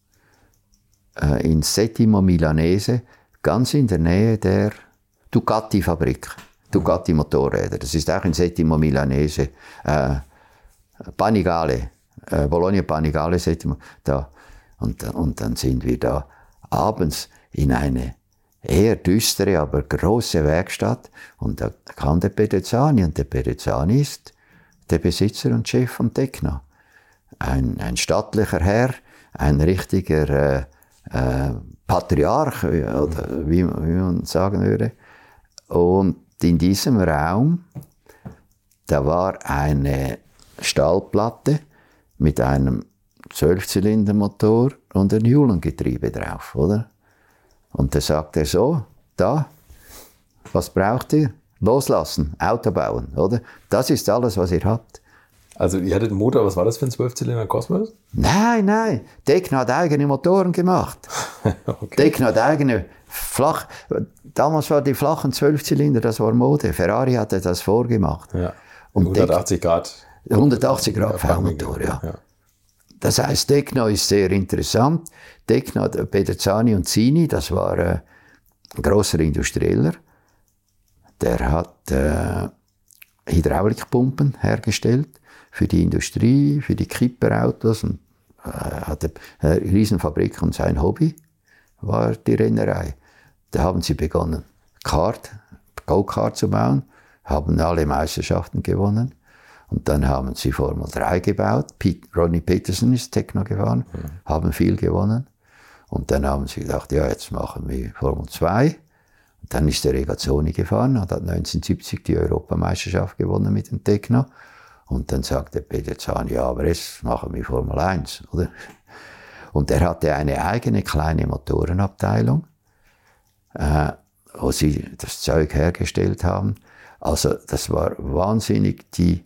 Äh, in Settimo Milanese, ganz in der Nähe der Ducati-Fabrik. Ducati-Motorräder. Das ist auch in Settimo Milanese. Äh, Panigale. Äh, Bologna Panigale, Settimo. Da. Und, und dann sind wir da abends in eine eher düstere, aber große Werkstatt. Und da kam der Pedrezzani. Und der Pedrezzani ist der Besitzer und Chef von Tecno. Ein, ein stattlicher Herr, ein richtiger äh, äh, Patriarch, oder wie, wie man sagen würde. Und in diesem Raum, da war eine Stahlplatte mit einem Zwölfzylindermotor und ein Julengetriebe drauf, oder? Und da sagt er so, da, was braucht ihr? Loslassen, Auto bauen, oder? Das ist alles, was ihr habt. Also ihr hattet einen Motor, was war das für ein Zwölfzylinder Cosmos? Nein, nein, Tecno hat eigene Motoren gemacht. Okay. Tecno hat eigene flach. Damals waren die flachen Zwölfzylinder, das war Mode. Ferrari hatte das vorgemacht. Ja. Und hundertachtzig Grad. hundertachtzig Grad V-Motor, ja. ja. Das heißt, Tecno ist sehr interessant. Tecno, Pedrezzani und Zini, das war äh, ein grosser Industrieller. Der hat äh, Hydraulikpumpen hergestellt für die Industrie, für die Kipperautos und äh, hatte eine Riesenfabrik und sein Hobby war die Rennerei. Da haben sie begonnen, Kart, Go-Kart zu bauen, haben alle Meisterschaften gewonnen. Und dann haben sie Formel drei gebaut. Pete, Ronnie Peterson ist Tecno gefahren, mhm. haben viel gewonnen. Und dann haben sie gedacht, ja, jetzt machen wir Formel zwei. Und dann ist der Regazzoni gefahren und hat neunzehnhundertsiebzig die Europameisterschaft gewonnen mit dem Tecno. Und dann sagte Pedrezzani, ja, aber jetzt machen wir Formel eins, oder? Und er hatte eine eigene kleine Motorenabteilung, äh, wo sie das Zeug hergestellt haben. Also das war wahnsinnig die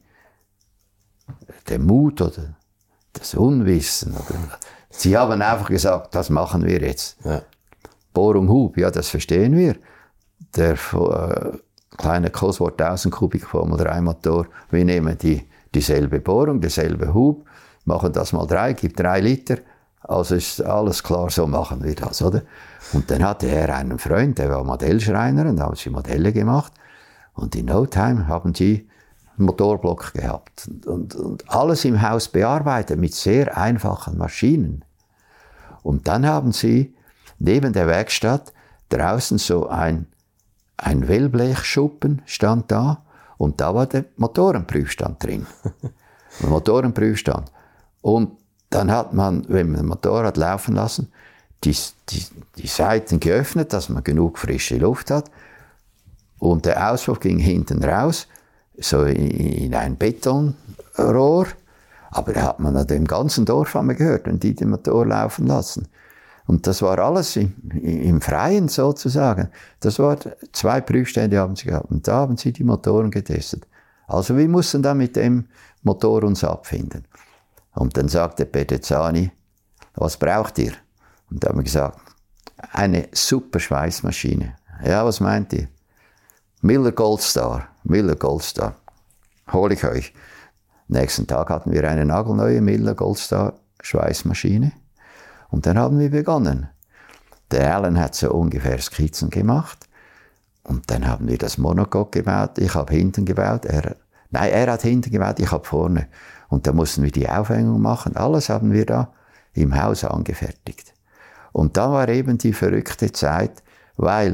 der Mut oder das Unwissen. Oder, sie haben einfach gesagt, das machen wir jetzt. Ja. Bohrung Hub, ja, das verstehen wir. Der äh, kleine Cosworth tausend Kubik Formel drei Motor, wir nehmen die, dieselbe Bohrung, derselbe Hub, machen das mal drei, gibt drei Liter. Also ist alles klar, so machen wir das, oder? Und dann hatte er einen Freund, der war Modellschreiner, und da haben sie Modelle gemacht. Und in no time haben sie Motorblock gehabt und, und, und alles im Haus bearbeitet mit sehr einfachen Maschinen. Und dann haben sie neben der Werkstatt draußen so ein, ein Wellblechschuppen stand da und da war der Motorenprüfstand drin. Der Motorenprüfstand. Und dann hat man, wenn man das Motorrad laufen lassen, die, die, die Seiten geöffnet, dass man genug frische Luft hat. Und der Auspuff ging hinten raus, so in ein Betonrohr. Aber da hat man an dem ganzen Dorf haben wir gehört, wenn die den Motor laufen lassen. Und das war alles im, im Freien sozusagen. Das war zwei Prüfstände haben sie gehabt. Und da haben sie die Motoren getestet. Also wir mussten dann mit dem Motor uns abfinden. Und dann sagte Pedrezzani, was braucht ihr? Und da haben wir gesagt, eine super Schweißmaschine. Ja, was meint ihr? Miller Goldstar, Miller Goldstar, hole ich euch. Nächsten Tag hatten wir eine nagelneue Miller Goldstar Schweißmaschine und dann haben wir begonnen. Der Alan hat so ungefähr Skizzen gemacht und dann haben wir das Monocoque gebaut. Ich habe hinten gebaut, er, nein, er hat hinten gebaut, ich habe vorne. Und da mussten wir die Aufhängung machen. Alles haben wir da im Haus angefertigt. Und da war eben die verrückte Zeit, weil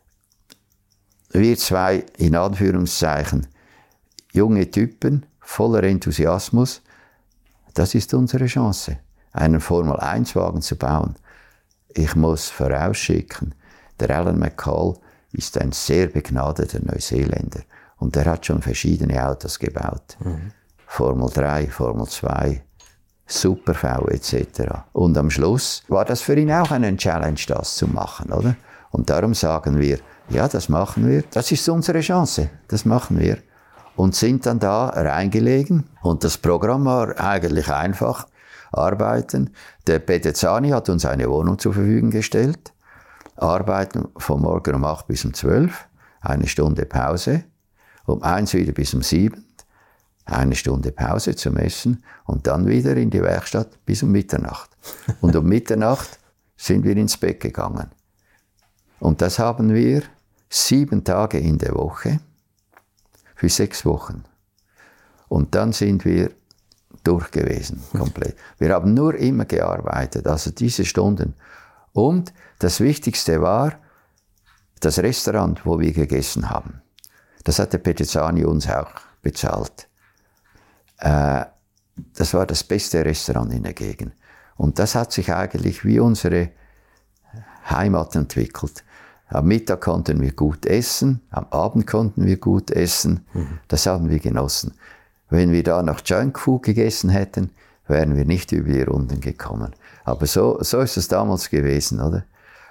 wir zwei, in Anführungszeichen, junge Typen, voller Enthusiasmus, das ist unsere Chance, einen Formel eins Wagen zu bauen. Ich muss vorausschicken, der Alan McCall ist ein sehr begnadeter Neuseeländer und er hat schon verschiedene Autos gebaut. Mhm. Formel drei, Formel zwei, Super V et cetera. Und am Schluss war das für ihn auch eine Challenge, das zu machen, oder? Und darum sagen wir, ja, das machen wir, das ist unsere Chance, das machen wir. Und sind dann da reingelegen. Und das Programm war eigentlich einfach, arbeiten. Der Bedezzani hat uns eine Wohnung zur Verfügung gestellt. Arbeiten von morgen um acht bis um zwölf, eine Stunde Pause, um eins wieder bis um sieben, eine Stunde Pause zum Essen und dann wieder in die Werkstatt bis um Mitternacht. Und um Mitternacht sind wir ins Bett gegangen. Und das haben wir sieben Tage in der Woche für sechs Wochen. Und dann sind wir durch gewesen, komplett. Wir haben nur immer gearbeitet, also diese Stunden. Und das Wichtigste war das Restaurant, wo wir gegessen haben. Das hat der Bedezzani uns auch bezahlt. Äh, das war das beste Restaurant in der Gegend. Und das hat sich eigentlich wie unsere Heimat entwickelt. Am Mittag konnten wir gut essen, am Abend konnten wir gut essen. Mhm. Das haben wir genossen. Wenn wir da noch Junkfood gegessen hätten, wären wir nicht über die Runden gekommen. Aber so, so ist es damals gewesen, oder?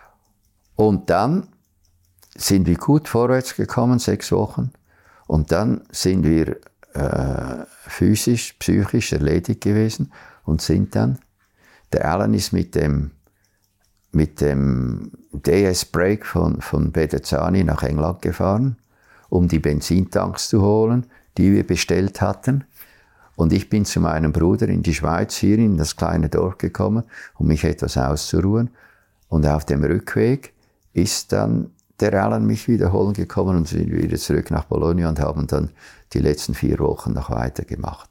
Und dann sind wir gut vorwärts gekommen, sechs Wochen. Und dann sind wir äh, physisch, psychisch erledigt gewesen und sind dann, der Alan ist mit dem, mit dem D S-Brake von, von Bedezzani nach England gefahren, um die Benzintanks zu holen, die wir bestellt hatten. Und ich bin zu meinem Bruder in die Schweiz, hier in das kleine Dorf gekommen, um mich etwas auszuruhen. Und auf dem Rückweg ist dann der Alan mich wiederholen gekommen und sind wieder zurück nach Bologna und haben dann die letzten vier Wochen noch weitergemacht.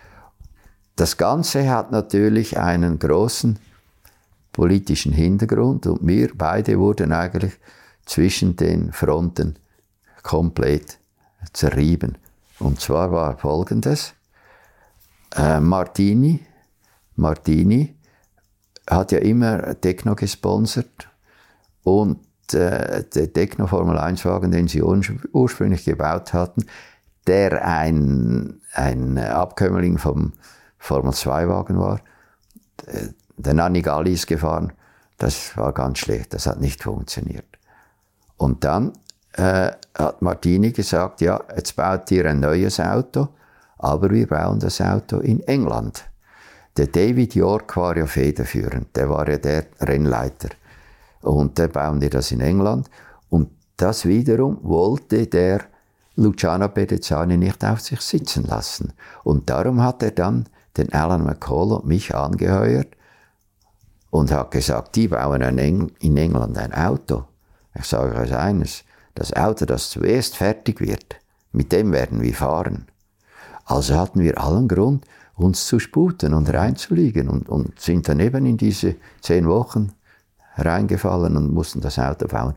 Das Ganze hat natürlich einen großen politischen Hintergrund und wir beide wurden eigentlich zwischen den Fronten komplett zerrieben. Und zwar war Folgendes: äh, Martini, Martini hat ja immer Tecno gesponsert und äh, der Tecno Formel eins Wagen, den sie ursprünglich gebaut hatten, der ein, ein Abkömmling vom Formel zwei Wagen war, der Nanni Galli ist gefahren, das war ganz schlecht, das hat nicht funktioniert. Und dann äh, hat Martini gesagt, ja, jetzt baut ihr ein neues Auto, aber wir bauen das Auto in England. Der David York war ja federführend, der war ja der Rennleiter. Und da bauen wir das in England. Und das wiederum wollte der Luciano Bedezzani nicht auf sich sitzen lassen. Und darum hat er dann den Alan McCall und mich angeheuert und hat gesagt, die bauen in England ein Auto. Ich sage euch eines, das Auto, das zuerst fertig wird, mit dem werden wir fahren. Also hatten wir allen Grund, uns zu sputen und reinzuliegen und, und sind dann eben in diese zehn Wochen reingefallen und mussten das Auto bauen.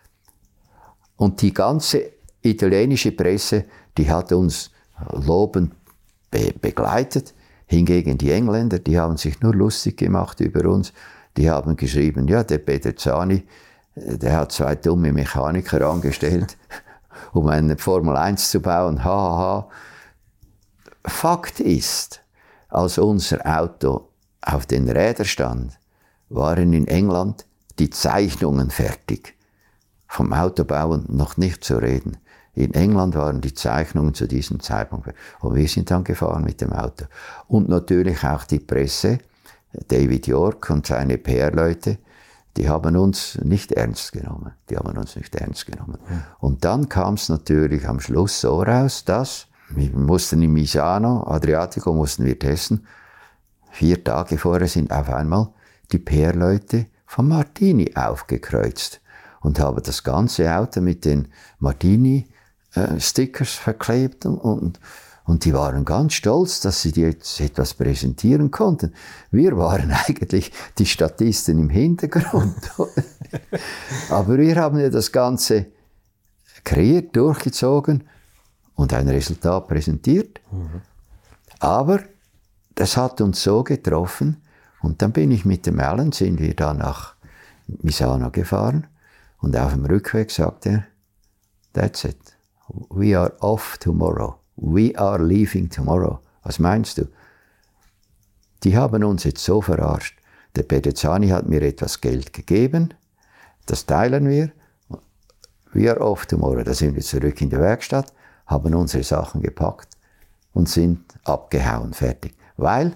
Und die ganze italienische Presse, die hat uns lobend be- begleitet. Hingegen die Engländer, die haben sich nur lustig gemacht über uns. Die haben geschrieben, ja, der Bedezzani, der hat zwei dumme Mechaniker angestellt, um eine Formel eins zu bauen. Ha, ha, ha. Fakt ist, als unser Auto auf den Rädern stand, waren in England die Zeichnungen fertig. Vom Autobauen noch nicht zu reden. In England waren die Zeichnungen zu diesem Zeitpunkt. Und wir sind dann gefahren mit dem Auto. Und natürlich auch die Presse, David York und seine P R-Leute, die haben uns nicht ernst genommen. Die haben uns nicht ernst genommen. Mhm. Und dann kam es natürlich am Schluss so raus, dass wir mussten in Misano, Adriatico mussten wir testen. Vier Tage vorher sind auf einmal die P R-Leute von Martini aufgekreuzt und haben das ganze Auto mit den Martini-Stickers verklebt und, und, und die waren ganz stolz, dass sie jetzt etwas präsentieren konnten. Wir waren eigentlich die Statisten im Hintergrund. Aber wir haben ja das Ganze kreiert, durchgezogen und ein Resultat präsentiert. Mhm. Aber das hat uns so getroffen. Und dann bin ich mit dem Alan, sind wir da nach Misano gefahren. Und auf dem Rückweg sagt er, that's it. We are off tomorrow. We are leaving tomorrow. Was meinst du? Die haben uns jetzt so verarscht. Der Bedezzani hat mir etwas Geld gegeben. Das teilen wir. wir oft morgen, da sind wir zurück in die Werkstatt, haben unsere Sachen gepackt und sind abgehauen, fertig. Weil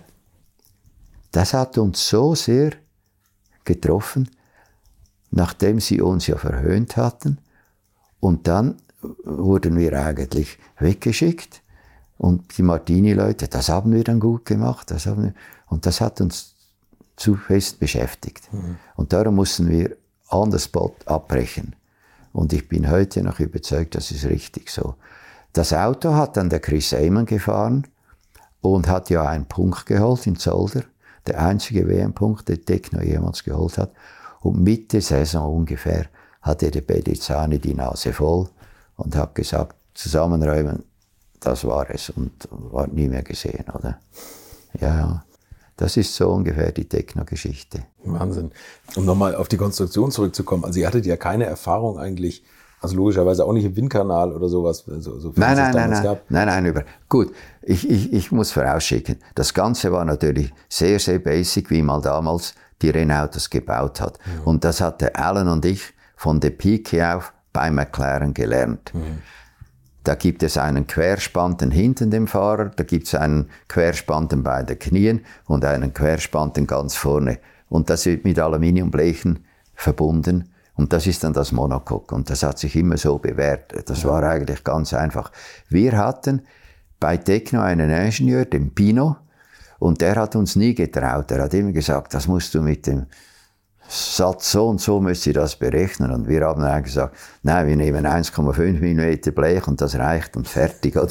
das hat uns so sehr getroffen, nachdem sie uns ja verhöhnt hatten. Und dann wurden wir eigentlich weggeschickt. Und die Martini-Leute, das haben wir dann gut gemacht. Das haben wir, und das hat uns zu fest beschäftigt. Mhm. Und darum mussten wir on the spot abbrechen. Und ich bin heute noch überzeugt, das ist richtig so. Das Auto hat dann der Chris Amon gefahren und hat ja einen Punkt geholt in Zolder. Der einzige W M-Punkt, den Tecno jemals geholt hat. Und Mitte Saison ungefähr hatte der Bellizzani die Nase voll und hat gesagt, zusammenräumen, das war es und war nie mehr gesehen, oder? Ja, das ist so ungefähr die Tecno-Geschichte. Wahnsinn. Um nochmal auf die Konstruktion zurückzukommen, also ihr hattet ja keine Erfahrung eigentlich, also logischerweise auch nicht im Windkanal oder sowas. So, so nein, nein, nein, nein, gab. nein, nein, über. Gut, ich, ich, ich muss vorausschicken, das Ganze war natürlich sehr, sehr basic, wie man damals die Rennautos gebaut hat. Mhm. Und das hatte Alan und ich von der Pike auf bei McLaren gelernt. Mhm. Da gibt es einen Querspannten hinten dem Fahrer, da gibt es einen Querspannten bei den Knien und einen Querspannten ganz vorne. Und das wird mit Aluminiumblechen verbunden. Und das ist dann das Monocoque. Und das hat sich immer so bewährt. Das war eigentlich ganz einfach. Wir hatten bei Tecno einen Ingenieur, den Pino, und der hat uns nie getraut. Er hat immer gesagt, das musst du mit dem Satz so und so müsst ihr das berechnen. Und wir haben dann gesagt, nein, wir nehmen eins Komma fünf Millimeter Blech und das reicht und fertig. Oder?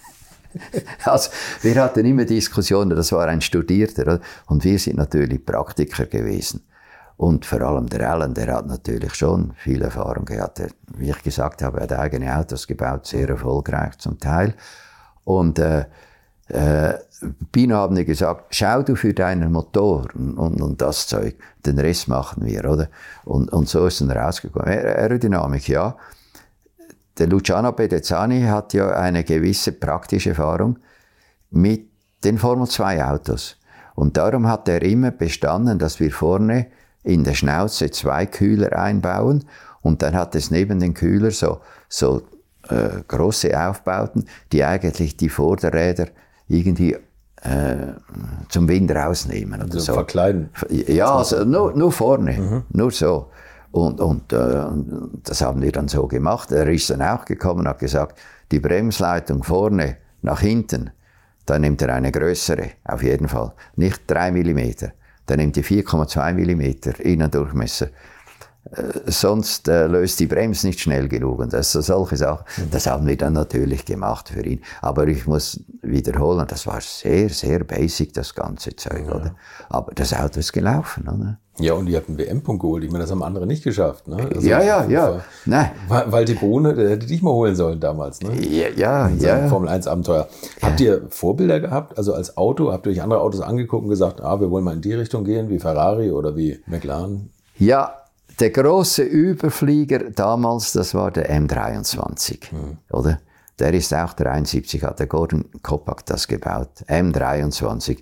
Also, wir hatten immer Diskussionen, das war ein Studierter. Oder? Und wir sind natürlich Praktiker gewesen. Und vor allem der Alan, der hat natürlich schon viel Erfahrung gehabt. Er, wie ich gesagt habe, er hat eigene Autos gebaut, sehr erfolgreich zum Teil. Und äh, äh, Pino haben wir gesagt, schau du für deinen Motor und, und, und das Zeug, den Rest machen wir, oder? Und, und so ist dann rausgekommen. Aerodynamik, ja. Der Luciano Bellizzani hat ja eine gewisse praktische Erfahrung mit den Formel zwei Autos. Und darum hat er immer bestanden, dass wir vorne in der Schnauze zwei Kühler einbauen und dann hat es neben den Kühler so, so äh, große Aufbauten, die eigentlich die Vorderräder irgendwie äh, zum Wind rausnehmen. Oder also so. Verkleiden? Ja, also nur, nur vorne, mhm. nur so. Und, und äh, das haben wir dann so gemacht. Er ist dann auch gekommen und hat gesagt, die Bremsleitung vorne nach hinten, da nimmt er eine größere, auf jeden Fall. Nicht drei Millimeter. Dann nimmt die vier Komma zwei Millimeter Innendurchmesser. Äh, sonst äh, löst die Bremse nicht schnell genug. Und das, solche Sachen, mhm. das haben wir dann natürlich gemacht für ihn. Aber ich muss wiederholen, das war sehr, sehr basic, das ganze Zeug. Ja. Oder? Aber das Auto ist gelaufen. Oder? Ja, und die hat einen W M-Punkt geholt. Ich meine, das haben andere nicht geschafft. Ne? Also ja, ja, ja. Nein. Walter Bohne, der hätte dich mal holen sollen damals. Ne? Ja, ja. ja. Formel eins Abenteuer. Ja. Habt ihr Vorbilder gehabt? Also als Auto, habt ihr euch andere Autos angeguckt und gesagt, ah, wir wollen mal in die Richtung gehen, wie Ferrari oder wie McLaren? Ja, der große Überflieger damals, das war der M dreiundzwanzig. Hm. Oder? Der ist auch dreiundsiebzig, hat der Gordon Koppak das gebaut. M dreiundzwanzig.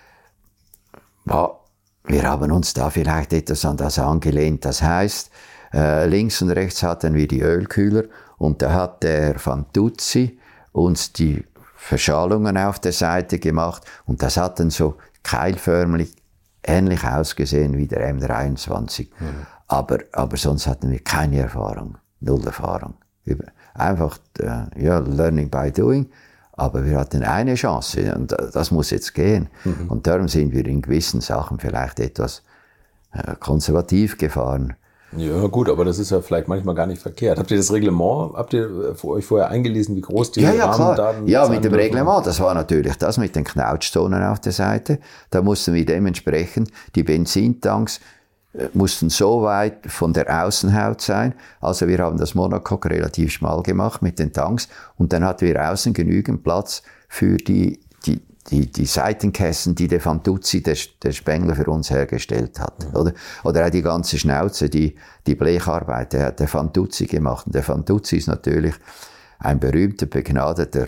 War Wir haben uns da vielleicht etwas an das angelehnt. Das heißt, äh, links und rechts hatten wir die Ölkühler und da hat der Fantuzzi uns die Verschalungen auf der Seite gemacht und das hat dann so keilförmig ähnlich ausgesehen wie der M dreiundzwanzig. Mhm. Aber, aber sonst hatten wir keine Erfahrung, null Erfahrung. Einfach äh, ja, learning by doing. Aber wir hatten eine Chance und das muss jetzt gehen. Mhm. Und darum sind wir in gewissen Sachen vielleicht etwas äh, konservativ gefahren. Ja gut, aber das ist ja vielleicht manchmal gar nicht verkehrt. Habt ihr das Reglement, habt ihr für euch vorher eingelesen, wie groß die ja, ja, Rahmendaten sind? Ja, mit dem Reglement, das war natürlich das mit den Knautschzonen auf der Seite. Da mussten wir dementsprechend die Benzintanks mussten so weit von der Außenhaut sein. Also wir haben das Monocoque relativ schmal gemacht mit den Tanks und dann hatten wir außen genügend Platz für die, die, die, die Seitenkästen, die der Fantuzzi, der, der Spengler, für uns hergestellt hat. Mhm. Oder, oder auch die ganze Schnauze, die, die Blecharbeit, der hat der Fantuzzi gemacht. Und der Fantuzzi ist natürlich ein berühmter, begnadeter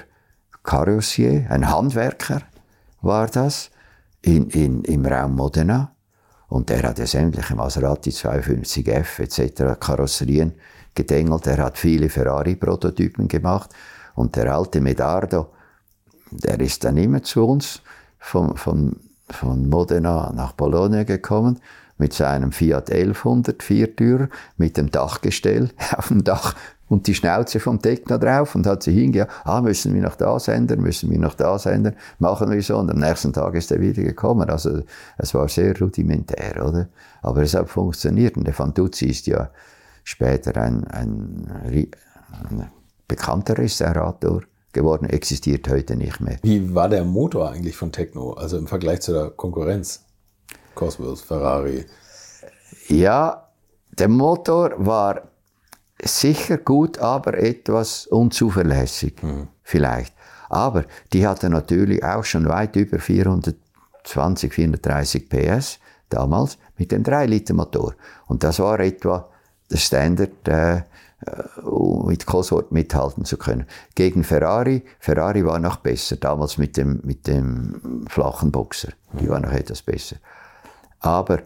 Karossier, ein Handwerker war das, in, in, im Raum Modena. Und der hat ja sämtliche Maserati zweihundertfünfzig F et cetera Karosserien gedengelt. Er hat viele Ferrari-Prototypen gemacht. Und der alte Medardo, der ist dann immer zu uns von, von, von Modena nach Bologna gekommen mit seinem Fiat elfhundert Viertürer mit dem Dachgestell auf dem Dach und die Schnauze vom Techno drauf und hat sie hingegangen, ah, müssen wir noch das ändern, müssen wir noch das ändern, machen wir so. Und am nächsten Tag ist er wieder gekommen. Also es war sehr rudimentär, oder? Aber es hat funktioniert. Und der Fantuzzi ist ja später ein, ein, ein bekannter Restaurator geworden, existiert heute nicht mehr. Wie war der Motor eigentlich von Techno, also im Vergleich zu der Konkurrenz? Cosworth, Ferrari. Ja, der Motor war sicher gut, aber etwas unzuverlässig, mhm. vielleicht. Aber die hatte natürlich auch schon weit über vierhundertzwanzig, vierhundertdreißig P S damals mit dem drei Liter Motor. Und das war etwa der Standard, äh, um mit Cosworth mithalten zu können. Gegen Ferrari, Ferrari war noch besser, damals mit dem, mit dem flachen Boxer. Die war noch etwas besser. Aber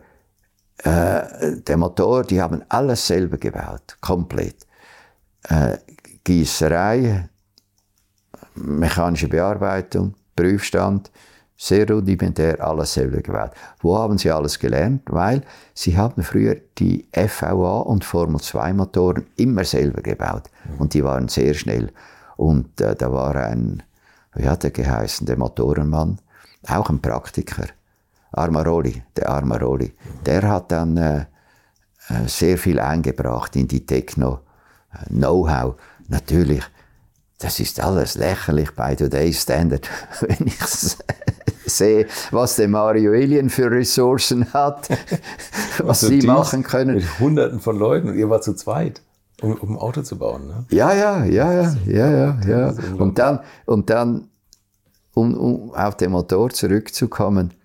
äh, der Motor, die haben alles selber gebaut, komplett. Äh, Gießerei, mechanische Bearbeitung, Prüfstand, sehr rudimentär, alles selber gebaut. Wo haben sie alles gelernt? Weil sie haben früher die F V A und Formel zwei Motoren immer selber gebaut. Mhm. Und die waren sehr schnell. Und äh, da war ein, wie hat er geheißen, der Motorenmann, auch ein Praktiker. Armaroli, der Armaroli, der hat dann äh, sehr viel eingebracht in die Techno-Know-how. Natürlich, das ist alles lächerlich bei Today's Standard, wenn ich sehe, was der Mario Alien für Ressourcen hat, was sie machen können. Mit Hunderten von Leuten und ihr wart zu zweit, um, um ein Auto zu bauen, ne? Ja, ja, ja, ja, ja, ja, ja. Und dann, und dann um, um auf den Motor zurückzukommen,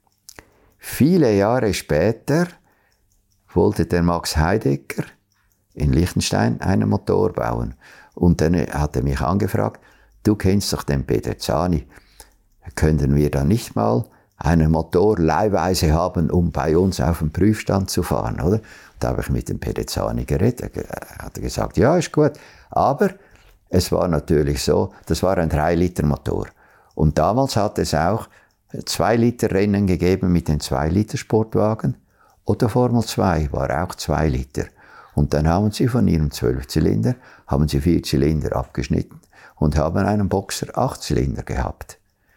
viele Jahre später wollte der Max Heidecker in Liechtenstein einen Motor bauen. Und dann hat er mich angefragt, du kennst doch den Pedrezzani, können wir da nicht mal einen Motor leihweise haben, um bei uns auf den Prüfstand zu fahren, oder? Da habe ich mit dem Pedrezzani geredet, er hat gesagt, ja, ist gut. Aber es war natürlich so, das war ein drei Liter Motor. Und damals hat es auch zwei Liter Rennen gegeben mit den zwei Liter Sportwagen oder Formel zwei war auch zwei Liter. Und dann haben sie von ihrem Zwölfzylinder, haben sie vier Zylinder abgeschnitten und haben einen Boxer acht Zylinder gehabt.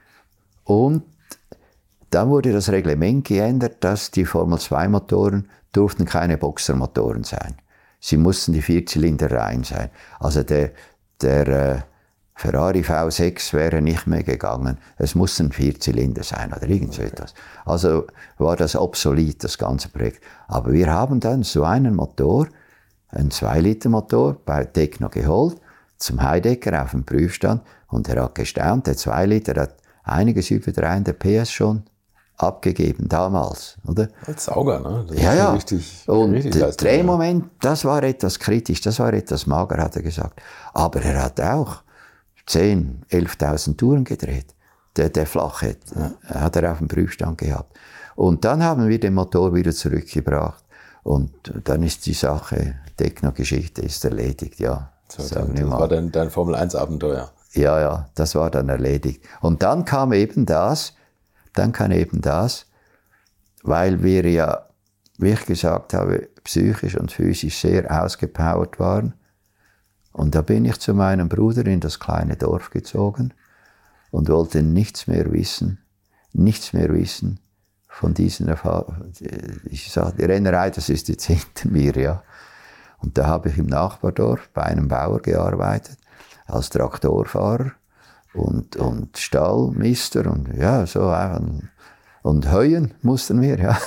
Und dann wurde das Reglement geändert, dass die Formel zwei Motoren durften keine Boxermotoren sein. Sie mussten die Vierzylinder rein sein. Also der, der äh, Ferrari V sechs wäre nicht mehr gegangen. Es mussten Vierzylinder sein oder irgend so etwas. Also war das obsolet, das ganze Projekt. Aber wir haben dann so einen Motor, einen zwei Liter Motor bei Techno geholt, zum Heidecker auf dem Prüfstand und er hat gestaunt, der zwei Liter hat einiges über dreihundert P S schon abgegeben damals, oder? Als Sauger, ne? Das ja, ist ja. Richtig, und richtig der Leistung, Drehmoment, das war etwas kritisch, das war etwas mager, hat er gesagt. Aber er hat auch zehntausend, elftausend Touren gedreht. Der, der Flachhead ja. hat er auf dem Prüfstand gehabt. Und dann haben wir den Motor wieder zurückgebracht. Und dann ist die Sache, Techno-Geschichte ist erledigt, ja. So, sagen das war dann dein Formel eins Abenteuer. Ja, ja, das war dann erledigt. Und dann kam eben das, dann kam eben das, weil wir ja, wie ich gesagt habe, psychisch und physisch sehr ausgepowert waren. Und da bin ich zu meinem Bruder in das kleine Dorf gezogen und wollte nichts mehr wissen, nichts mehr wissen von diesen Erfahrungen. Ich sage, die Rennerei, das ist jetzt hinter mir, ja. Und da habe ich im Nachbardorf bei einem Bauer gearbeitet, als Traktorfahrer und, und Stallmister und ja, so und, und heuen mussten wir, ja.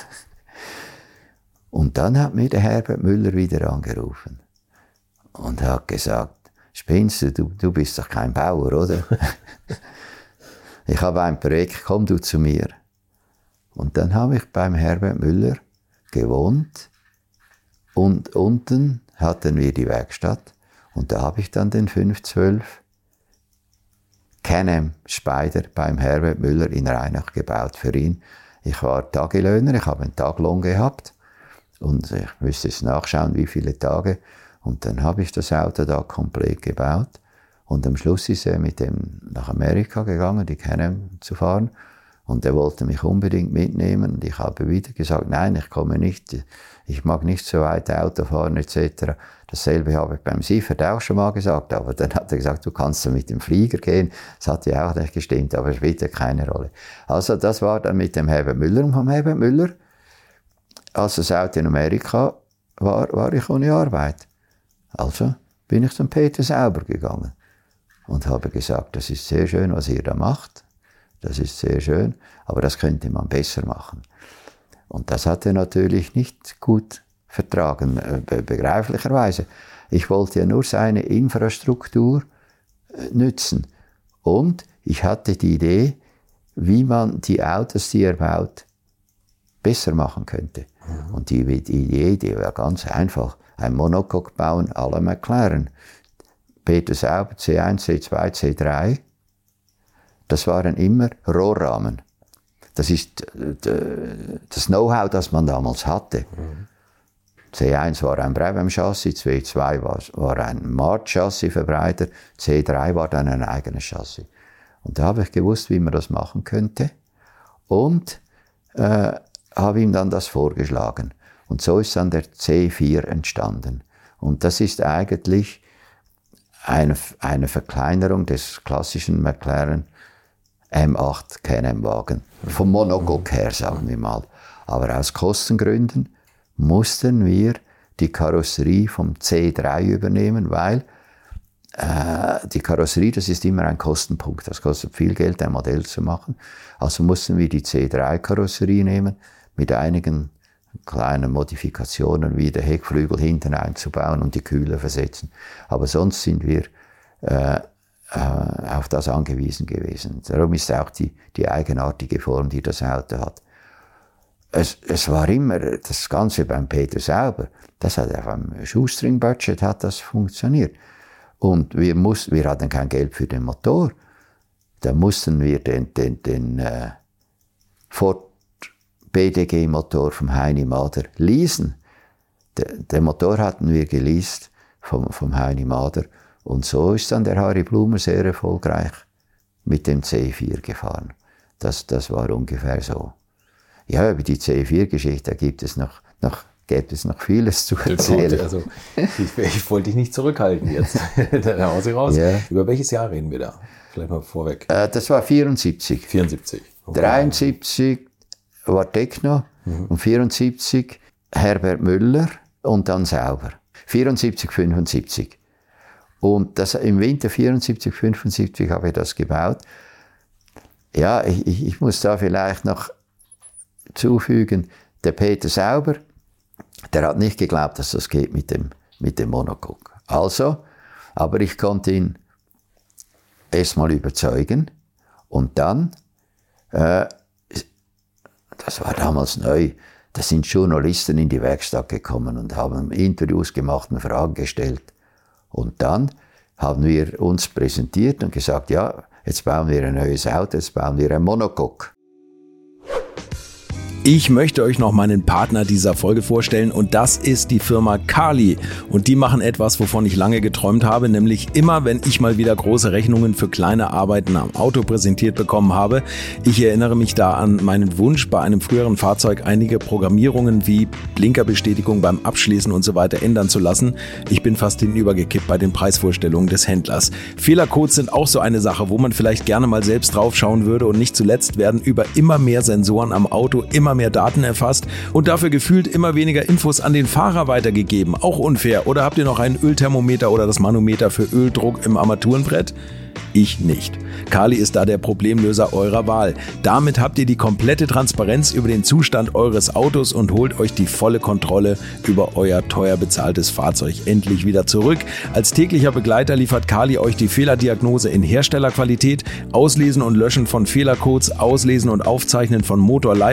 Und dann hat mir der Herbert Müller wieder angerufen und hat gesagt, spinnst du, du, du bist doch kein Bauer, oder? Ich habe ein Projekt, komm du zu mir. Und dann habe ich beim Herbert Müller gewohnt und unten hatten wir die Werkstatt und da habe ich dann den fünf zwölf Can-Am Spider beim Herbert Müller in Rheinach gebaut für ihn. Ich war Tagelöhner, ich habe einen Taglohn gehabt und ich müsste jetzt nachschauen, wie viele Tage. Und dann habe ich das Auto da komplett gebaut und am Schluss ist er mit dem nach Amerika gegangen, die Can-Am zu fahren. Und er wollte mich unbedingt mitnehmen und ich habe wieder gesagt, nein, ich komme nicht, ich mag nicht so weit Auto fahren et cetera. Dasselbe habe ich beim Seifert auch schon mal gesagt, aber dann hat er gesagt, du kannst ja mit dem Flieger gehen. Das hat ja auch nicht gestimmt, aber es spielt ja keine Rolle. Also das war dann mit dem Herbert Müller und vom Herbert Müller, als das Auto in Amerika war, war ich ohne Arbeit. Also bin ich zum Peter Sauber gegangen und habe gesagt, das ist sehr schön, was ihr da macht. Das ist sehr schön, aber das könnte man besser machen. Und das hat er natürlich nicht gut vertragen, be- begreiflicherweise. Ich wollte ja nur seine Infrastruktur äh, nützen. Und ich hatte die Idee, wie man die Autos, die er baut, besser machen könnte. Mhm. Und die, die Idee, die war ganz einfach. Ein Monocoque bauen, à la McLaren. Peter Sauber, C eins, C zwei, C drei. Das waren immer Rohrrahmen. Das ist das Know-how, das man damals hatte. Mhm. C eins war ein Brabham-Chassis, C zwei war, war ein Mart-Chassis-Verbreiter, C drei war dann ein eigenes Chassis. Und da habe ich gewusst, wie man das machen könnte und äh, habe ihm dann das vorgeschlagen. Und so ist dann der C vier entstanden. Und das ist eigentlich eine, eine Verkleinerung des klassischen McLaren M acht Can-Am-Wagen. Vom Monocoque her, sagen wir mal. Aber aus Kostengründen mussten wir die Karosserie vom C drei übernehmen, weil äh, die Karosserie, das ist immer ein Kostenpunkt. Das kostet viel Geld, ein Modell zu machen. Also mussten wir die C drei Karosserie nehmen, mit einigen kleinen Modifikationen, wie der Heckflügel hinten einzubauen und die Kühler versetzen. Aber sonst sind wir äh, auf das angewiesen gewesen. Darum ist auch die, die eigenartige Form, die das Auto hat. Es, es war immer das Ganze beim Peter Sauber. Das hat auf einem Shoestring-Budget hat das funktioniert. Und wir mussten, wir hatten kein Geld für den Motor. Da mussten wir den, den, den äh, Ford B D G-Motor vom Heini Mader leasen. Den, den Motor hatten wir geleast vom, vom Heini Mader. Und so ist dann der Harry Blumer sehr erfolgreich mit dem C vier gefahren. Das, das war ungefähr so. Ja, über die C vier Geschichte gibt es noch, noch, gibt es noch vieles zu erzählen. Also, ich, ich wollte dich nicht zurückhalten jetzt. Dann hauen Sie raus. Ja. Über welches Jahr reden wir da? Vielleicht mal vorweg. Äh, das war vierundsiebzig. vierundsiebzig. Okay. dreiundsiebzig war Techno mhm. und vierundsiebzig Herbert Müller und dann Sauber. vierundsiebzig, fünfundsiebzig. Und das, im Winter vierundsiebzig, fünfundsiebzig habe ich das gebaut. Ja, ich, ich muss da vielleicht noch zufügen, der Peter Sauber, der hat nicht geglaubt, dass das geht mit dem, mit dem Monocoque. Also, aber ich konnte ihn erstmal überzeugen und dann, äh, das war damals neu, da sind Journalisten in die Werkstatt gekommen und haben Interviews gemacht und Fragen gestellt. Und dann haben wir uns präsentiert und gesagt, ja, jetzt bauen wir ein neues Auto, jetzt bauen wir ein Monocoque. Ich möchte euch noch meinen Partner dieser Folge vorstellen und das ist die Firma Carli. Und die machen etwas, wovon ich lange geträumt habe, nämlich immer, wenn ich mal wieder große Rechnungen für kleine Arbeiten am Auto präsentiert bekommen habe. Ich erinnere mich da an meinen Wunsch, bei einem früheren Fahrzeug einige Programmierungen wie Blinkerbestätigung beim Abschließen und so weiter ändern zu lassen. Ich bin fast hinübergekippt bei den Preisvorstellungen des Händlers. Fehlercodes sind auch so eine Sache, wo man vielleicht gerne mal selbst draufschauen würde und nicht zuletzt werden über immer mehr Sensoren am Auto immer mehr Daten erfasst und dafür gefühlt immer weniger Infos an den Fahrer weitergegeben. Auch unfair. Oder habt ihr noch einen Ölthermometer oder das Manometer für Öldruck im Armaturenbrett? Ich nicht. Carli ist da der Problemlöser eurer Wahl. Damit habt ihr die komplette Transparenz über den Zustand eures Autos und holt euch die volle Kontrolle über euer teuer bezahltes Fahrzeug endlich wieder zurück. Als täglicher Begleiter liefert Carli euch die Fehlerdiagnose in Herstellerqualität, Auslesen und Löschen von Fehlercodes, Auslesen und Aufzeichnen von Motor-Live-Daten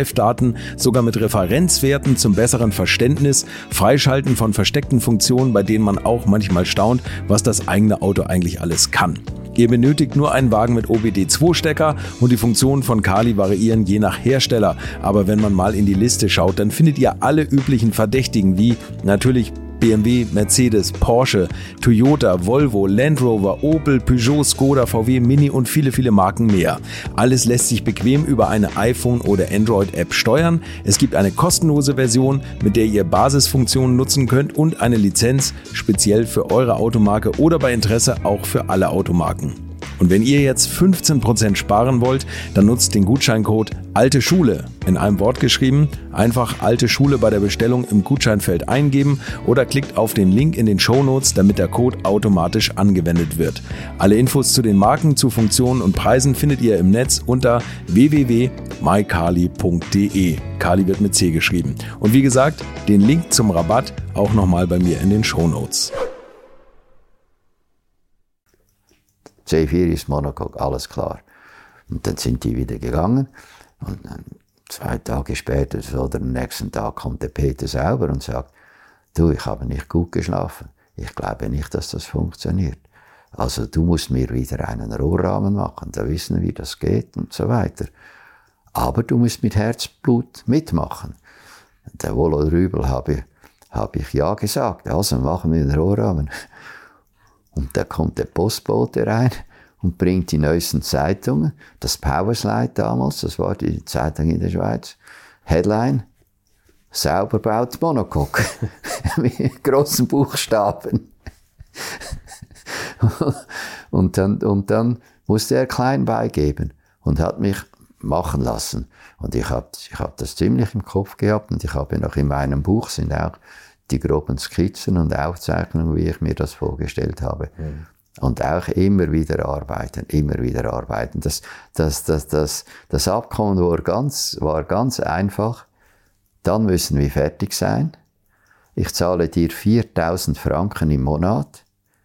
Daten, sogar mit Referenzwerten zum besseren Verständnis, Freischalten von versteckten Funktionen, bei denen man auch manchmal staunt, was das eigene Auto eigentlich alles kann. Ihr benötigt nur einen Wagen mit O B D zwei Stecker und die Funktionen von Kali variieren je nach Hersteller. Aber wenn man mal in die Liste schaut, dann findet ihr alle üblichen Verdächtigen wie natürlich B M W, Mercedes, Porsche, Toyota, Volvo, Land Rover, Opel, Peugeot, Skoda, V W, Mini und viele, viele Marken mehr. Alles lässt sich bequem über eine iPhone- oder Android-App steuern. Es gibt eine kostenlose Version, mit der ihr Basisfunktionen nutzen könnt und eine Lizenz speziell für eure Automarke oder bei Interesse auch für alle Automarken. Und wenn ihr jetzt fünfzehn Prozent sparen wollt, dann nutzt den Gutscheincode Alte Schule, in einem Wort geschrieben, einfach Alte Schule bei der Bestellung im Gutscheinfeld eingeben oder klickt auf den Link in den Shownotes, damit der Code automatisch angewendet wird. Alle Infos zu den Marken, zu Funktionen und Preisen findet ihr im Netz unter w w w punkt my kali punkt d e. Kali wird mit C geschrieben. Und wie gesagt, den Link zum Rabatt auch nochmal bei mir in den Shownotes. C vier ist Monocoque, alles klar. Und dann sind die wieder gegangen. Und dann zwei Tage später oder am nächsten Tag kommt der Peter Sauber und sagt, du, ich habe nicht gut geschlafen. Ich glaube nicht, dass das funktioniert. Also du musst mir wieder einen Rohrrahmen machen, da wissen wir, wie das geht und so weiter. Aber du musst mit Herzblut mitmachen. Der Wohl oder Übel habe ich, habe ich ja gesagt, also machen wir den Rohrrahmen. Und da kommt der Postbote rein und bringt die neuesten Zeitungen. Das Powerslide damals, das war die Zeitung in der Schweiz. Headline, sauber baut Monocoque. Mit grossen Buchstaben. und, dann, und dann musste er klein beigeben und hat mich machen lassen. Und ich habe ich hab das ziemlich im Kopf gehabt und ich habe noch in meinem Buch sind auch die groben Skizzen und Aufzeichnungen, wie ich mir das vorgestellt habe. Mhm. Und auch immer wieder arbeiten, immer wieder arbeiten. Das, das, das, das, das Abkommen war ganz, war ganz einfach. Dann müssen wir fertig sein. Ich zahle dir viertausend Franken im Monat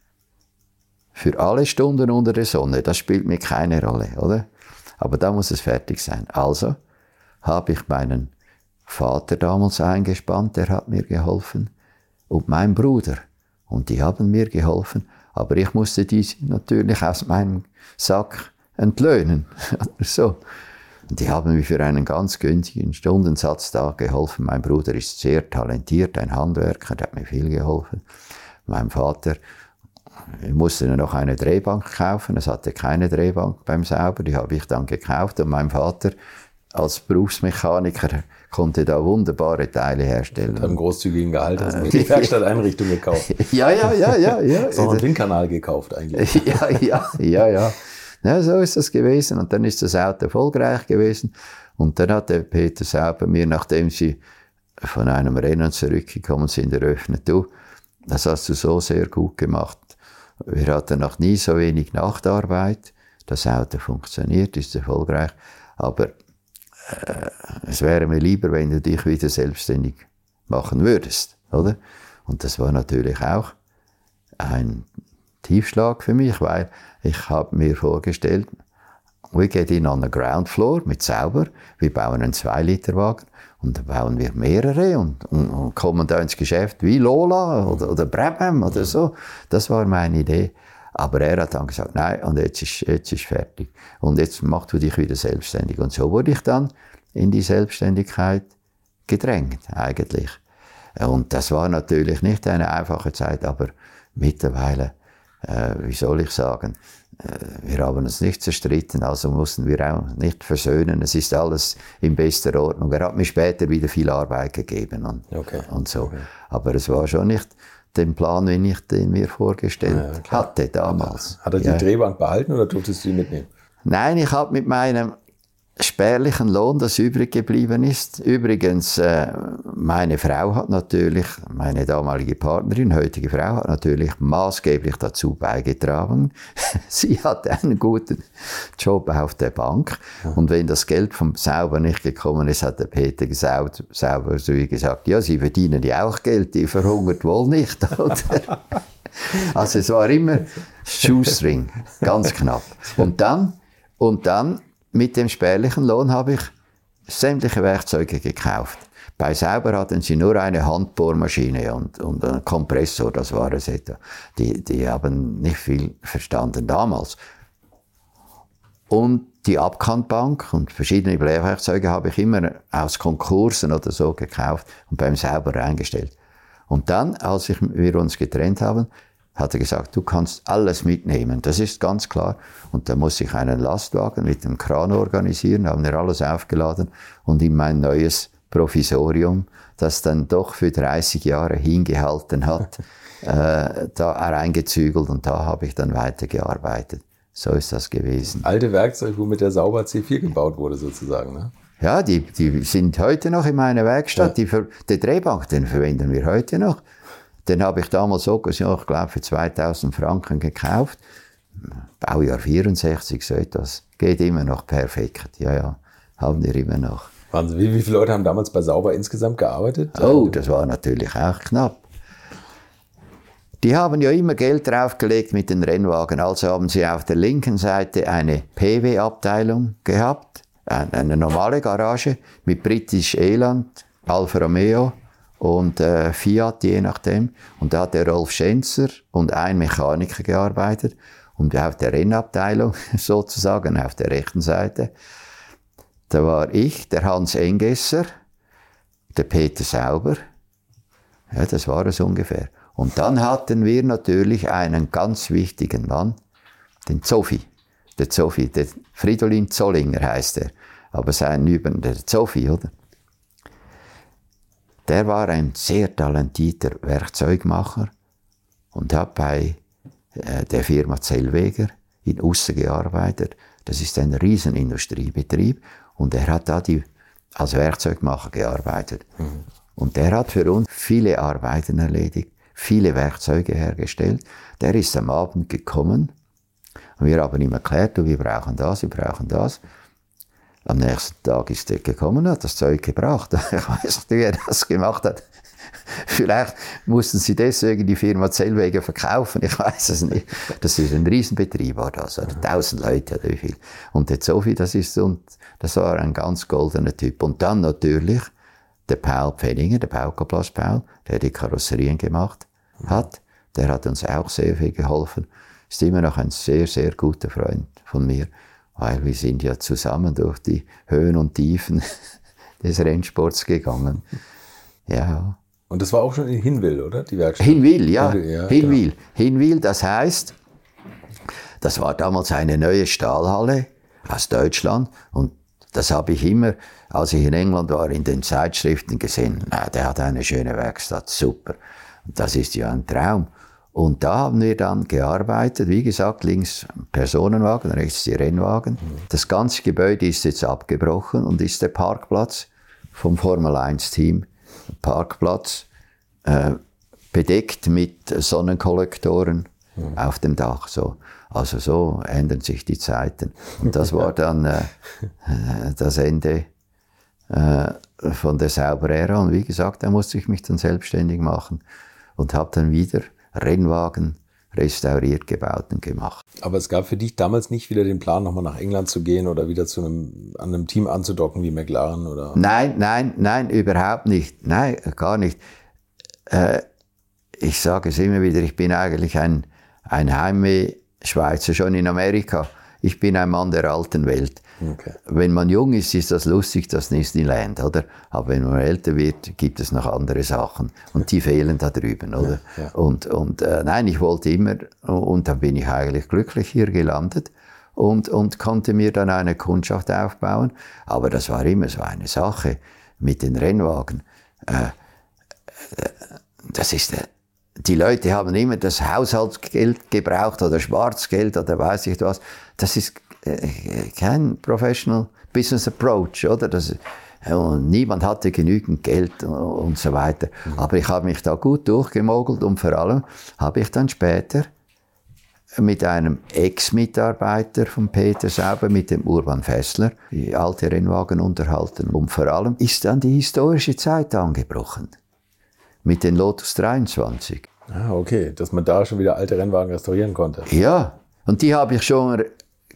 für alle Stunden unter der Sonne. Das spielt mir keine Rolle, oder? Aber da muss es fertig sein. Also habe ich meinen Vater damals eingespannt, der hat mir geholfen, und mein Bruder. Und die haben mir geholfen, aber ich musste die natürlich aus meinem Sack entlöhnen. so. Und die haben mir für einen ganz günstigen Stundensatz da geholfen. Mein Bruder ist sehr talentiert, ein Handwerker, der hat mir viel geholfen. Mein Vater, ich musste noch eine Drehbank kaufen, es hatte keine Drehbank beim Sauber, die habe ich dann gekauft. Und mein Vater als Berufsmechaniker konnte da wunderbare Teile herstellen. Hat einen großzügigen Gehalt, also die Werkstatteinrichtung gekauft. ja, ja, ja, ja. ja. Hast auch einen Windkanal gekauft eigentlich. ja, ja, ja, ja. Ja, so ist das gewesen. Und dann ist das Auto erfolgreich gewesen. Und dann hat der Peter Sauber mir, nachdem sie von einem Rennen zurückgekommen sind, eröffnet, du, das hast du so sehr gut gemacht. Wir hatten noch nie so wenig Nachtarbeit. Das Auto funktioniert, ist erfolgreich. Aber äh, es wäre mir lieber, wenn du dich wieder selbstständig machen würdest, oder? Und das war natürlich auch ein Tiefschlag für mich, weil ich habe mir vorgestellt, we get in on the ground floor mit Sauber, wir bauen einen zwei Liter Wagen und dann bauen wir mehrere und, und, und kommen da ins Geschäft wie Lola oder, oder Brabham oder so. Das war meine Idee. Aber er hat dann gesagt, nein, und jetzt ist, jetzt ist fertig. Und jetzt machst du dich wieder selbstständig. Und so wurde ich dann in die Selbstständigkeit gedrängt, eigentlich. Und das war natürlich nicht eine einfache Zeit, aber mittlerweile, äh, wie soll ich sagen, äh, wir haben uns nicht zerstritten, also mussten wir auch nicht versöhnen. Es ist alles in bester Ordnung. Er hat mir später wieder viel Arbeit gegeben und, okay. und so. Okay. Aber es war schon nicht den Plan, den ich den mir vorgestellt ja, hatte damals. Hat er die ja. Drehbank behalten oder durftest du die mitnehmen? Nein, ich habe mit meinem spärlichen Lohn, das übrig geblieben ist. Übrigens, äh, meine Frau hat natürlich, meine damalige Partnerin, heutige Frau, hat natürlich maßgeblich dazu beigetragen. Sie hatte einen guten Job auf der Bank. Ja. Und wenn das Geld vom Sauber nicht gekommen ist, hat der Peter gesagt, Sauber so wie gesagt, ja, Sie verdienen ja auch Geld, die verhungert wohl nicht, oder? Also es war immer Shoestring, ganz knapp. Und dann, und dann, mit dem spärlichen Lohn habe ich sämtliche Werkzeuge gekauft. Bei Sauber hatten sie nur eine Handbohrmaschine und, und einen Kompressor, das war es etwa. Die, die haben nicht viel verstanden damals. Und die Abkantbank und verschiedene Blähwerkzeuge habe ich immer aus Konkursen oder so gekauft und beim Sauber reingestellt. Und dann, als ich, wir uns getrennt haben, hat er gesagt, du kannst alles mitnehmen, das ist ganz klar. Und da muss ich einen Lastwagen mit dem Kran organisieren, haben wir alles aufgeladen und in mein neues Provisorium, das dann doch für dreißig Jahre hingehalten hat, äh, da reingezügelt und da habe ich dann weitergearbeitet. So ist das gewesen. Alte Werkzeug, womit der Sauber C vier gebaut wurde sozusagen, ne? Ja, die, die sind heute noch in meiner Werkstatt. Ja. Die, den Drehbank, den verwenden wir heute noch. Den habe ich damals auch, ich glaube, für zweitausend Franken gekauft. Baujahr vierundsechzig, so etwas. Geht immer noch perfekt. Ja, ja, haben wir immer noch. Wahnsinn. Wie, wie viele Leute haben damals bei Sauber insgesamt gearbeitet? Oh, das war natürlich auch knapp. Die haben ja immer Geld draufgelegt mit den Rennwagen. Also haben sie auf der linken Seite eine P W-Abteilung gehabt, eine normale Garage mit British Eland, Alfa Romeo und äh, Fiat, je nachdem. Und da hat der Rolf Schenzer und ein Mechaniker gearbeitet. Und auf der Rennabteilung, sozusagen auf der rechten Seite, da war ich, der Hans Engesser, der Peter Sauber. Ja, das war es ungefähr. Und dann hatten wir natürlich einen ganz wichtigen Mann, den Zofi. Der Zofi, der Fridolin Zollinger heißt er. Aber sein Über, der Zofi, oder? Der war ein sehr talentierter Werkzeugmacher und hat bei äh, der Firma Zellweger in Uster gearbeitet. Das ist ein Riesenindustriebetrieb und er hat da die, als Werkzeugmacher gearbeitet. Mhm. Und der hat für uns viele Arbeiten erledigt, viele Werkzeuge hergestellt. Der ist am Abend gekommen und wir haben ihm erklärt, du, wir brauchen das, wir brauchen das. Am nächsten Tag ist er gekommen, hat das Zeug gebracht. Ich weiß nicht, wie er das gemacht hat. Vielleicht mussten sie deswegen die Firma Zellweger verkaufen, ich weiß es nicht. Das ist ein Riesenbetrieb, war das, oder tausend Leute oder wie viel. Und der Zofi, das ist, und das war ein ganz goldener Typ. Und dann natürlich der Paul Pfenninger, der Baukaplatz Paul, der die Karosserien gemacht hat. Der hat uns auch sehr viel geholfen. Ist immer noch ein sehr, sehr guter Freund von mir, weil wir sind ja zusammen durch die Höhen und Tiefen des Rennsports gegangen. Ja. Und das war auch schon in Hinwil, oder? Die Werkstatt? Hinwil, ja. Hinwil, ja, Hinwil. Genau. Hinwil, das heißt, das war damals eine neue Stahlhalle aus Deutschland und das habe ich immer, als ich in England war, in den Zeitschriften gesehen. Na, der hat eine schöne Werkstatt, super. Und das ist ja ein Traum. Und da haben wir dann gearbeitet, wie gesagt, links Personenwagen, rechts die Rennwagen. Mhm. Das ganze Gebäude ist jetzt abgebrochen und ist der Parkplatz vom Formel eins Team. Parkplatz, äh, bedeckt mit Sonnenkollektoren mhm. auf dem Dach. So. Also so ändern sich die Zeiten. Und das war dann äh, das Ende äh, von der Sauber-Ära. Und wie gesagt, da musste ich mich dann selbstständig machen und habe dann wieder Rennwagen restauriert, gebaut und gemacht. Aber es gab für dich damals nicht wieder den Plan, nochmal nach England zu gehen oder wieder zu einem, an einem Team anzudocken wie McLaren? Oder? Nein, nein, nein, überhaupt nicht. Nein, gar nicht. Äh, ich sage es immer wieder, ich bin eigentlich ein, ein Heimweh-Schweizer, schon in Amerika. Ich bin ein Mann der alten Welt. Okay. Wenn man jung ist, ist das lustig, das Disneyland, oder? Aber wenn man älter wird, gibt es noch andere Sachen. Und die fehlen da drüben, oder? Ja, ja. Und, und äh, nein, ich wollte immer, und dann bin ich eigentlich glücklich hier gelandet und, und konnte mir dann eine Kundschaft aufbauen. Aber das war immer so eine Sache mit den Rennwagen. Äh, das ist der, die Leute haben immer das Haushaltsgeld gebraucht oder Schwarzgeld oder weiß ich was. Das ist kein Professional Business Approach, oder? Das, und niemand hatte genügend Geld und so weiter. Mhm. Aber ich habe mich da gut durchgemogelt und vor allem habe ich dann später mit einem Ex-Mitarbeiter von Peter Sauber, mit dem Urban Fessler, die alte Rennwagen unterhalten. Und vor allem ist dann die historische Zeit angebrochen. Mit den Lotus dreiundzwanzig. Ah, okay. Dass man da schon wieder alte Rennwagen restaurieren konnte. Ja. Und die habe ich schon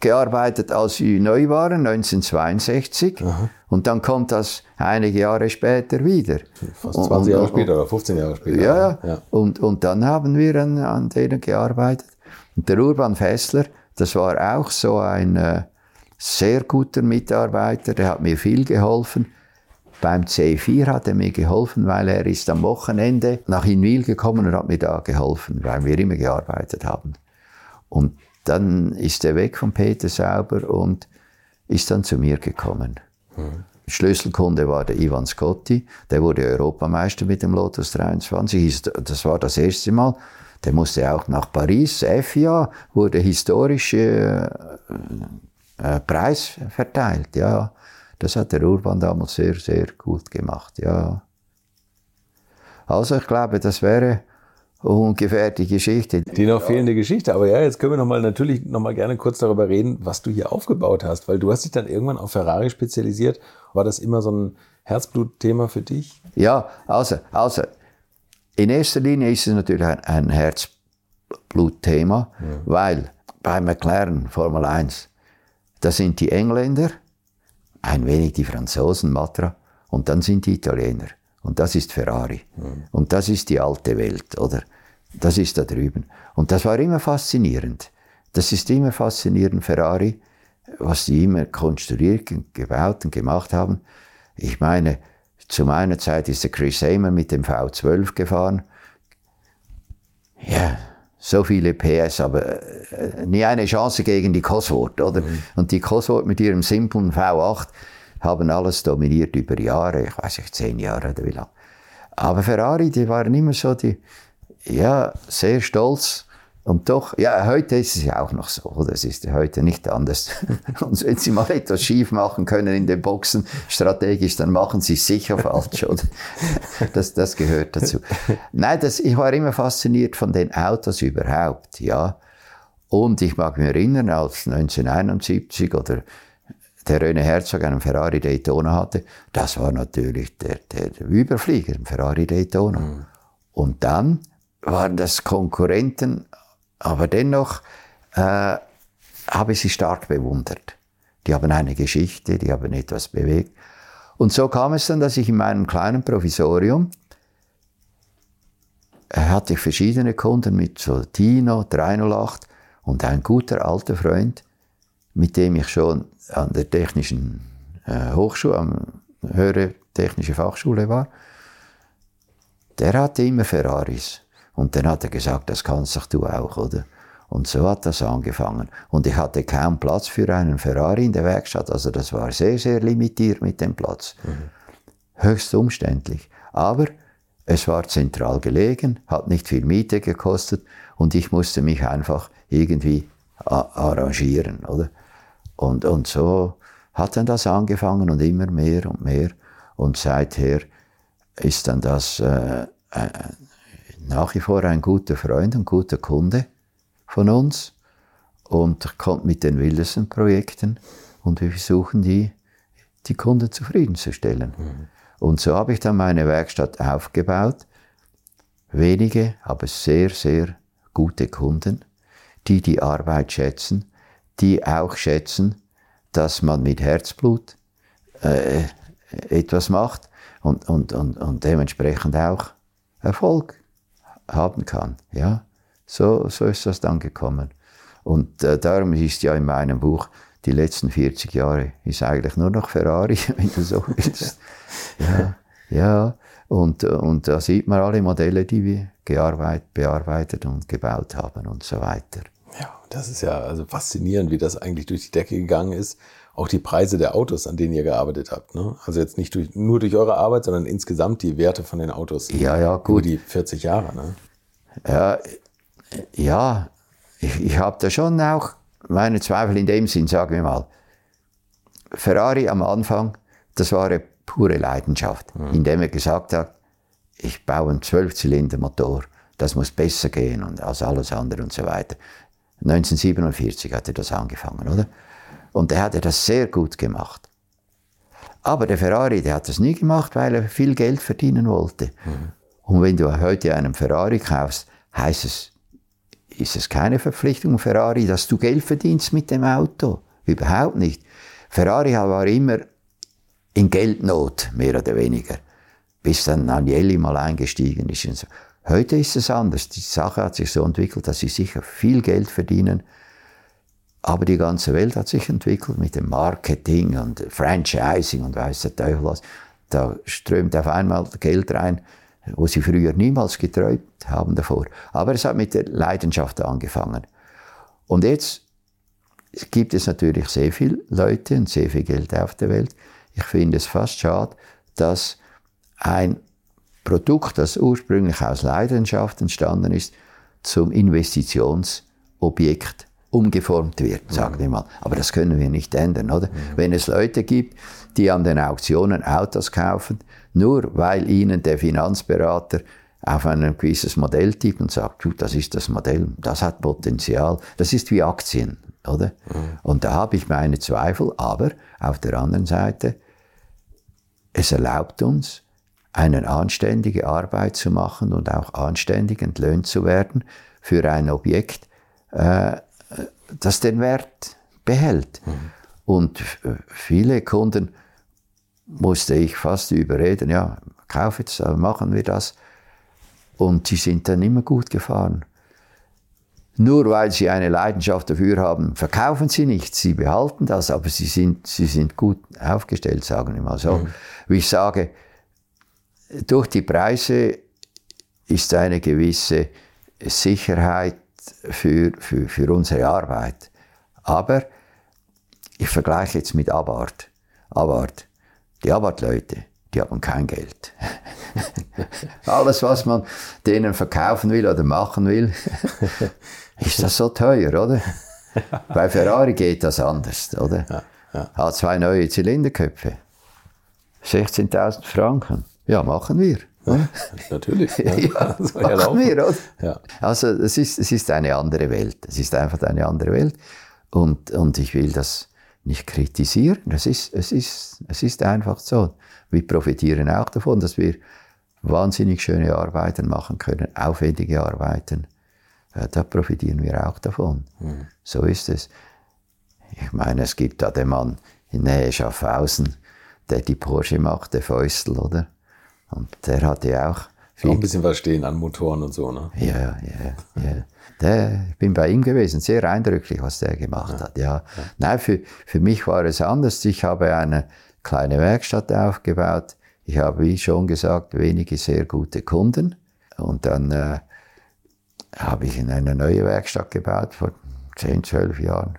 gearbeitet, als sie neu waren, neunzehnhundertzweiundsechzig. Aha. Und dann kommt das einige Jahre später wieder. Fast zwanzig Jahre später oder fünfzehn Jahre später. Ja, ja. Und, und dann haben wir an, an denen gearbeitet. Und der Urban Fessler, das war auch so ein äh, sehr guter Mitarbeiter, der hat mir viel geholfen. Beim C vier hat er mir geholfen, weil er ist am Wochenende nach Hinwil gekommen und hat mir da geholfen, weil wir immer gearbeitet haben. Und dann ist er weg von Peter Sauber und ist dann zu mir gekommen. Mhm. Schlüsselkunde war der Ivan Scotti, der wurde Europameister mit dem Lotus dreiundzwanzig, das war das erste Mal. Der musste auch nach Paris, F I A, wurde historischer äh, äh, Preis verteilt, ja. Das hat der Urban damals sehr, sehr gut gemacht, ja. Also ich glaube, das wäre ungefähr die Geschichte. Die noch fehlende Geschichte. Aber ja, jetzt können wir noch mal, natürlich noch mal gerne kurz darüber reden, was du hier aufgebaut hast. Weil du hast dich dann irgendwann auf Ferrari spezialisiert. War das immer so ein Herzblutthema für dich? Ja, also, also in erster Linie ist es natürlich ein, ein Herzblutthema, ja. Weil bei McLaren Formel eins, da sind die Engländer, ein wenig die Franzosen, Matra, und dann sind die Italiener. Und das ist Ferrari. Mhm. Und das ist die alte Welt, oder? Das ist da drüben. Und das war immer faszinierend. Das ist immer faszinierend, Ferrari, was die immer konstruiert, gebaut und gemacht haben. Ich meine, zu meiner Zeit ist der Chris Hamer mit dem V zwölf gefahren. Ja, so viele P S, aber äh, nie eine Chance gegen die Cosworth, oder? Mhm. Und die Cosworth mit ihrem simplen V acht haben alles dominiert über Jahre, ich weiß nicht, zehn Jahre oder wie lange. Aber Ferrari, die waren immer so, die, ja, sehr stolz. Und doch, ja, heute ist es ja auch noch so, oder? Es ist heute nicht anders. Und wenn sie mal etwas schief machen können in den Boxen, strategisch, dann machen sie es sicher falsch, oder? Das, das gehört dazu. Nein, das, ich war immer fasziniert von den Autos überhaupt, ja. Und ich mag mich erinnern, als neunzehnhunderteinundsiebzig oder der René Herzog einen Ferrari Daytona hatte, das war natürlich der, der Überflieger, ein Ferrari Daytona. Mhm. Und dann waren das Konkurrenten, aber dennoch äh, habe ich sie stark bewundert. Die haben eine Geschichte, die haben etwas bewegt. Und so kam es dann, dass ich in meinem kleinen Provisorium äh, hatte ich verschiedene Kunden mit so Tino, dreihundertacht und ein guter alter Freund, mit dem ich schon an der Technischen äh, Hochschule, am Höhere Technische Fachschule war, der hatte immer Ferraris. Und dann hat er gesagt, das kannst doch du auch, oder? Und so hat das angefangen. Und ich hatte kaum Platz für einen Ferrari in der Werkstatt, also das war sehr, sehr limitiert mit dem Platz. Mhm. Höchst umständlich. Aber es war zentral gelegen, hat nicht viel Miete gekostet und ich musste mich einfach irgendwie arrangieren, oder? Und, und so hat dann das angefangen und immer mehr und mehr. Und seither ist dann das äh, äh, nach wie vor ein guter Freund, ein guter Kunde von uns und kommt mit den wildesten Projekten und wir versuchen, die, die Kunden zufriedenzustellen. Mhm. Und so habe ich dann meine Werkstatt aufgebaut. Wenige, aber sehr, sehr gute Kunden, die die Arbeit schätzen, die auch schätzen, dass man mit Herzblut äh, etwas macht und, und, und, und dementsprechend auch Erfolg haben kann. Ja? So, so ist das dann gekommen. Und äh, darum ist ja in meinem Buch, die letzten vierzig Jahre ist eigentlich nur noch Ferrari, wenn du so willst. Ja, ja. Und, und da sieht man alle Modelle, die wir gearbeitet, bearbeitet und gebaut haben und so weiter. Ja, das ist ja also faszinierend, wie das eigentlich durch die Decke gegangen ist. Auch die Preise der Autos, an denen ihr gearbeitet habt. Ne? Also jetzt nicht durch, nur durch eure Arbeit, sondern insgesamt die Werte von den Autos. Ja, ja, gut. Über die vierzig Jahre. Ne? Ja, ja, ich, ich habe da schon auch meine Zweifel in dem Sinn, sagen wir mal. Ferrari am Anfang, das war eine pure Leidenschaft, mhm. indem er gesagt hat, ich baue einen Zwölfzylinder-Motor, das muss besser gehen und als alles andere und so weiter. neunzehnhundertsiebenundvierzig hat er das angefangen, oder? Und er hat das sehr gut gemacht. Aber der Ferrari, der hat das nie gemacht, weil er viel Geld verdienen wollte. Mhm. Und wenn du heute einen Ferrari kaufst, heißt es ist es keine Verpflichtung, Ferrari, dass du Geld verdienst mit dem Auto. Überhaupt nicht. Ferrari war immer in Geldnot, mehr oder weniger. Bis dann Agnelli mal eingestiegen ist. Und so. Heute ist es anders. Die Sache hat sich so entwickelt, dass sie sicher viel Geld verdienen. Aber die ganze Welt hat sich entwickelt mit dem Marketing und Franchising und weiß der Teufel was. Da strömt auf einmal Geld rein, wo sie früher niemals geträumt haben davor. Aber es hat mit der Leidenschaft angefangen. Und jetzt gibt es natürlich sehr viele Leute und sehr viel Geld auf der Welt. Ich finde es fast schade, dass ein Produkt, das ursprünglich aus Leidenschaft entstanden ist, zum Investitionsobjekt umgeformt wird, sagen wir mal. Aber das können wir nicht ändern, oder? Mhm. Wenn es Leute gibt, die an den Auktionen Autos kaufen, nur weil ihnen der Finanzberater auf ein gewisses Modell tippt und sagt, das ist das Modell, das hat Potenzial, das ist wie Aktien, oder? Mhm. Und da habe ich meine Zweifel, aber auf der anderen Seite, es erlaubt uns, eine anständige Arbeit zu machen und auch anständig entlöhnt zu werden für ein Objekt, äh, das den Wert behält. Mhm. Und viele Kunden musste ich fast überreden, ja, kauf jetzt, machen wir das. Und sie sind dann immer gut gefahren. Nur weil sie eine Leidenschaft dafür haben, verkaufen sie nicht, sie behalten das, aber sie sind, sie sind gut aufgestellt, sagen wir mal so. Mhm. Wie ich sage, durch die Preise ist eine gewisse Sicherheit für, für, für unsere Arbeit. Aber ich vergleiche jetzt mit Abarth. Abarth. Die Abarth-Leute, die haben kein Geld. Alles, was man denen verkaufen will oder machen will, ist das so teuer, oder? Bei Ferrari geht das anders, oder? Ja, ja. Hat zwei neue Zylinderköpfe. sechzehntausend Franken. Ja, machen wir. Ja, natürlich. Ja, ja, das machen ja wir, oder? Ja. Also es ist, es ist eine andere Welt. Es ist einfach eine andere Welt. Und, und ich will das nicht kritisieren. Es ist, es ist, es ist einfach so. Wir profitieren auch davon, dass wir wahnsinnig schöne Arbeiten machen können, aufwendige Arbeiten. Ja, da profitieren wir auch davon. Mhm. So ist es. Ich meine, es gibt da den Mann in Nähe Schaffhausen, der die Porsche macht, der Feustel, oder? Und der hatte ja auch viel... Auch ein bisschen was stehen an Motoren und so, ne? Ja, ja, ja. Der, ich bin bei ihm gewesen, sehr eindrücklich, was der gemacht ja. hat. Ja. Ja. Nein, für, für mich war es anders. Ich habe eine kleine Werkstatt aufgebaut. Ich habe, wie schon gesagt, wenige sehr gute Kunden. Und dann äh, habe ich in eine neue Werkstatt gebaut, vor zehn, zwölf Jahren.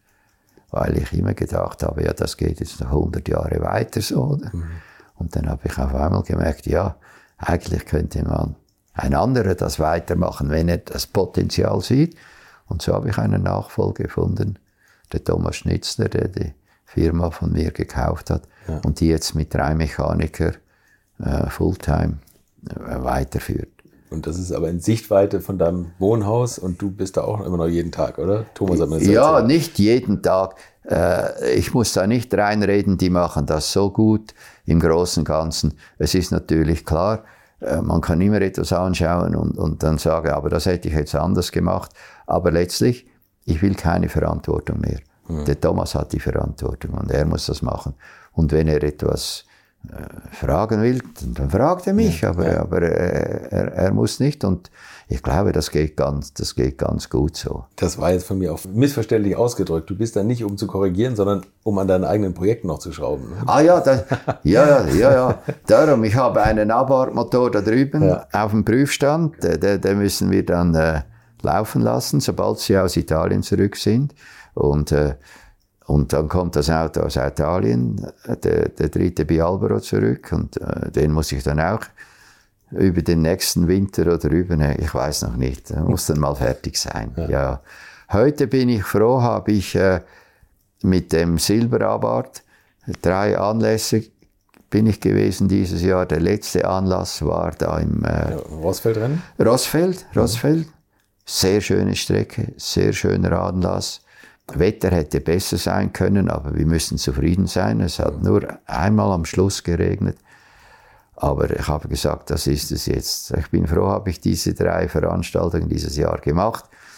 Weil ich immer gedacht habe, ja, das geht jetzt noch hundert Jahre weiter so. Oder? Mhm. Und dann habe ich auf einmal gemerkt, ja, eigentlich könnte man ein anderer das weitermachen, wenn er das Potenzial sieht. Und so habe ich einen Nachfolger gefunden, der Thomas Schnitzler, der die Firma von mir gekauft hat ja. und die jetzt mit drei Mechanikern äh, Fulltime äh, weiterführt. Und das ist aber in Sichtweite von deinem Wohnhaus und du bist da auch immer noch jeden Tag, oder? Thomas hat mir das Ja, erzählt. Nicht jeden Tag. Äh, ich muss da nicht reinreden, die machen das so gut im Großen und Ganzen. Es ist natürlich klar, äh, man kann immer etwas anschauen und, und dann sagen, aber das hätte ich jetzt anders gemacht. Aber letztlich, ich will keine Verantwortung mehr. Mhm. Der Thomas hat die Verantwortung und er muss das machen. Und wenn er etwas äh, fragen will, dann, dann fragt er mich, ja, aber, ja. aber äh, er, er muss nicht. Und ich glaube, das geht ganz, das geht ganz gut so. Das war jetzt von mir auch missverständlich ausgedrückt. Du bist da nicht, um zu korrigieren, sondern um an deinen eigenen Projekten noch zu schrauben. Ne? Ah ja, das, ja, ja, ja. Darum, ich habe einen Abarth-Motor da drüben ja. auf dem Prüfstand. Den, den müssen wir dann äh, laufen lassen, sobald sie aus Italien zurück sind. Und äh, Und dann kommt das Auto aus Italien, der, der dritte Bialbero zurück und äh, den muss ich dann auch über den nächsten Winter oder über, ich weiß noch nicht, der muss dann mal fertig sein. Ja. Ja. Heute bin ich froh, habe ich äh, mit dem Silber Abarth drei Anlässe bin ich gewesen dieses Jahr. Der letzte Anlass war da im äh, ja, Rossfeld-Rennen? Rossfeld, Rossfeld. Mhm. Sehr schöne Strecke, sehr schöner Anlass. Wetter hätte besser sein können, aber wir müssen zufrieden sein. Es hat nur einmal am Schluss geregnet. Aber ich habe gesagt, das ist es jetzt. Ich bin froh, habe ich diese drei Veranstaltungen dieses Jahr gemacht.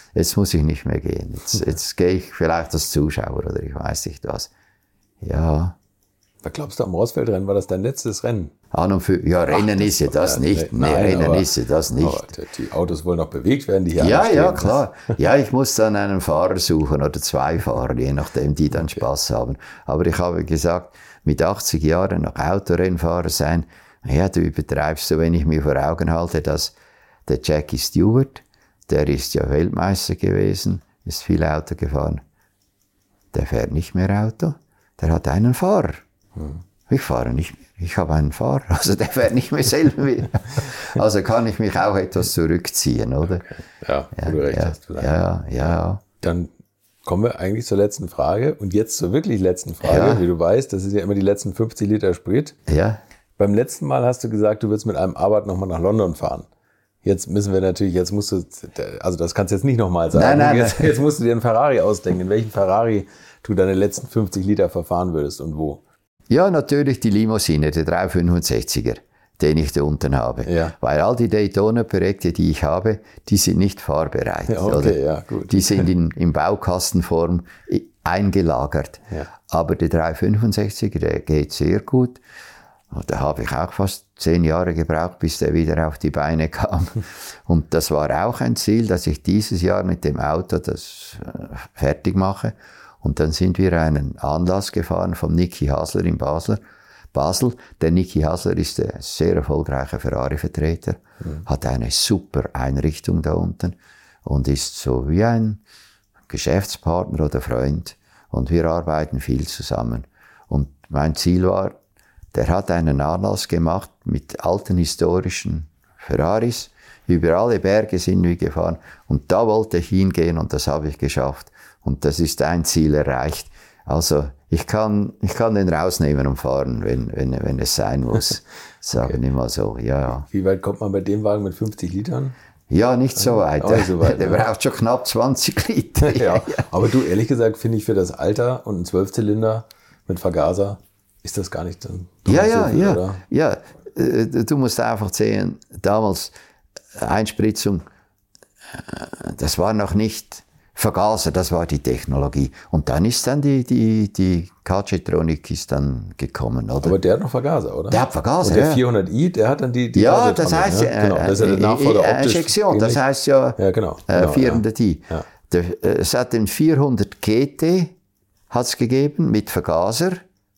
jetzt muss ich nicht mehr gehen. Jetzt, jetzt gehe ich vielleicht als Zuschauer oder ich weiß nicht was. Ja. Was glaubst du, am Rossfeldrennen war das dein letztes Rennen? An und für, ja, Rennen Ach, ist ja das nicht. Nee, nein, Rennen aber, ist ja das nicht. Aber die Autos wollen noch bewegt werden, die hier Ja, ja, klar. Ja, ich muss dann einen Fahrer suchen oder zwei Fahrer, je nachdem, die dann okay. Spaß haben. Aber ich habe gesagt, mit achtzig Jahren noch Autorennfahrer sein, ja, du übertreibst so, wenn ich mir vor Augen halte, dass der Jackie Stewart, der ist ja Weltmeister gewesen, ist viel Auto gefahren. Der fährt nicht mehr Auto, der hat einen Fahrer. Hm. Ich fahre nicht mehr, ich habe einen Fahrer, also der fährt nicht mehr selber mehr. Also kann ich mich auch etwas zurückziehen, oder? Okay. Ja, ja, wo du recht ja, hast. Vielleicht. Ja, ja. Dann kommen wir eigentlich zur letzten Frage und jetzt zur wirklich letzten Frage. Ja. Wie du weißt, das ist ja immer die letzten fünfzig Liter Sprit. Ja. Beim letzten Mal hast du gesagt, du würdest mit einem Arbeit nochmal nach London fahren. Jetzt müssen wir natürlich, jetzt musst du, also das kannst du jetzt nicht nochmal sagen. Nein, nein, jetzt, nein. jetzt musst du dir einen Ferrari ausdenken, in welchen Ferrari du deine letzten fünfzig Liter verfahren würdest und wo. Ja, natürlich die Limousine, der dreihundertfünfundsechziger, den ich da unten habe. Ja. Weil all die Daytona-Projekte, die ich habe, die sind nicht fahrbereit. Ja, okay, oder? Ja, gut. Die sind in, in Baukastenform eingelagert. Ja. Aber der dreihundertfünfundsechziger, der geht sehr gut. Und da habe ich auch fast zehn Jahre gebraucht, bis der wieder auf die Beine kam. Und das war auch ein Ziel, dass ich dieses Jahr mit dem Auto das äh, fertig mache. Und dann sind wir einen Anlass gefahren vom Niki Hasler in Basel. Basel. Der Niki Hasler ist ein sehr erfolgreicher Ferrari-Vertreter, mhm. hat eine super Einrichtung da unten und ist so wie ein Geschäftspartner oder Freund. Und wir arbeiten viel zusammen. Und mein Ziel war, der hat einen Anlass gemacht mit alten historischen Ferraris. Über alle Berge sind wir gefahren. Und da wollte ich hingehen und das habe ich geschafft. Und das ist ein Ziel erreicht. Also ich kann, ich kann den rausnehmen und fahren, wenn, wenn, wenn es sein muss. Sagen okay. wir mal so, ja. Wie weit kommt man bei dem Wagen mit fünfzig Litern? Ja, nicht so weit. Auch nicht so weit der ne? braucht schon knapp zwanzig Liter. ja. Aber du, ehrlich gesagt, finde ich für das Alter und ein Zwölfzylinder mit Vergaser ist das gar nicht dann ja, ja, so viel, ja, oder? ja. Du musst einfach sehen, damals Einspritzung, das war noch nicht Vergaser, das war die Technologie. Und dann ist dann die, die, die K-Jetronic ist dann gekommen, oder? Aber der hat noch Vergaser, oder? Der hat Vergaser, Und der ja. vierhundert i, der hat dann die, die Ja, das heißt, ne? genau. Das ist ja der Nachfolger äh, optisch Injektion, ähnlich. Das heißt ja, ja genau, äh, genau vierhundert i. Ja. Der, äh, es hat den vierhundert G T hat's gegeben, mit Vergaser,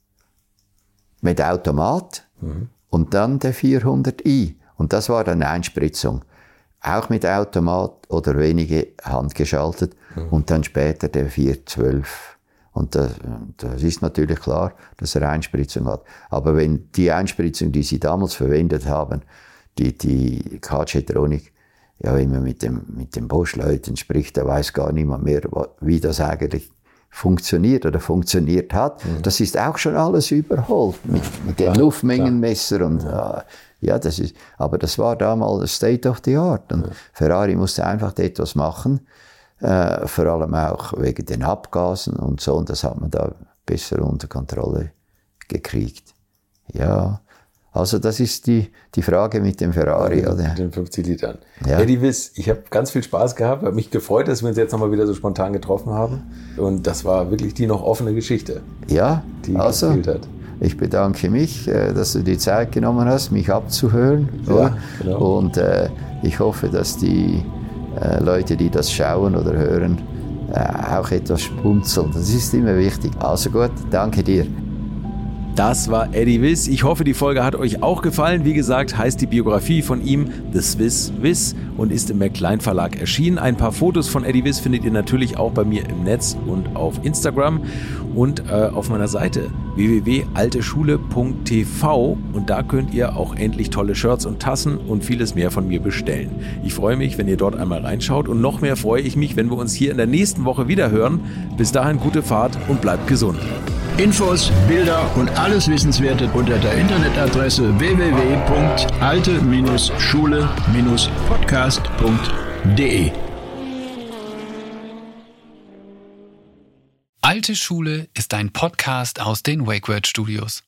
mit Automat, mhm. und dann der vierhundert i. Und das war dann eine Einspritzung. Auch mit Automat oder wenige handgeschaltet. Mhm. Und dann später der vierhundertzwölf. Und das, das ist natürlich klar, dass er Einspritzung hat. Aber wenn die Einspritzung, die sie damals verwendet haben, die, die K-Jetronic, ja, wenn man mit dem, mit den Bosch-Leuten spricht, da weiß gar niemand mehr, wie das eigentlich funktioniert oder funktioniert hat. Mhm. Das ist auch schon alles überholt mit, mit dem Luftmengenmesser und ja. ja, das ist. Aber das war damals State of the Art und ja. Ferrari musste einfach etwas machen, äh, vor allem auch wegen den Abgasen und so. Und das hat man da besser unter Kontrolle gekriegt. Ja. Also das ist die, die Frage mit dem Ferrari. Ja, oder? Mit den fünfzig Litern. Ja. Eddie Wiss, ich habe ganz viel Spaß gehabt, habe mich gefreut, dass wir uns jetzt nochmal wieder so spontan getroffen haben. Und das war wirklich die noch offene Geschichte, ja, die also, gespielt hat. Ich bedanke mich, dass du die Zeit genommen hast, mich abzuhören. Ja, genau. Und äh, ich hoffe, dass die äh, Leute, die das schauen oder hören, äh, auch etwas spunzeln. Das ist immer wichtig. Also gut, danke dir. Das war Eddie Wiss. Ich hoffe, die Folge hat euch auch gefallen. Wie gesagt, heißt die Biografie von ihm The Swiss Wiss und ist im McLean Verlag erschienen. Ein paar Fotos von Eddie Wiss findet ihr natürlich auch bei mir im Netz und auf Instagram und äh, auf meiner Seite w w w punkt alte schule punkt t v und da könnt ihr auch endlich tolle Shirts und Tassen und vieles mehr von mir bestellen. Ich freue mich, wenn ihr dort einmal reinschaut und noch mehr freue ich mich, wenn wir uns hier in der nächsten Woche wieder hören. Bis dahin gute Fahrt und bleibt gesund. Infos, Bilder und alles Wissenswerte unter der Internetadresse w w w punkt alte schule podcast punkt de. Alte Schule ist ein Podcast aus den WakeWord Studios.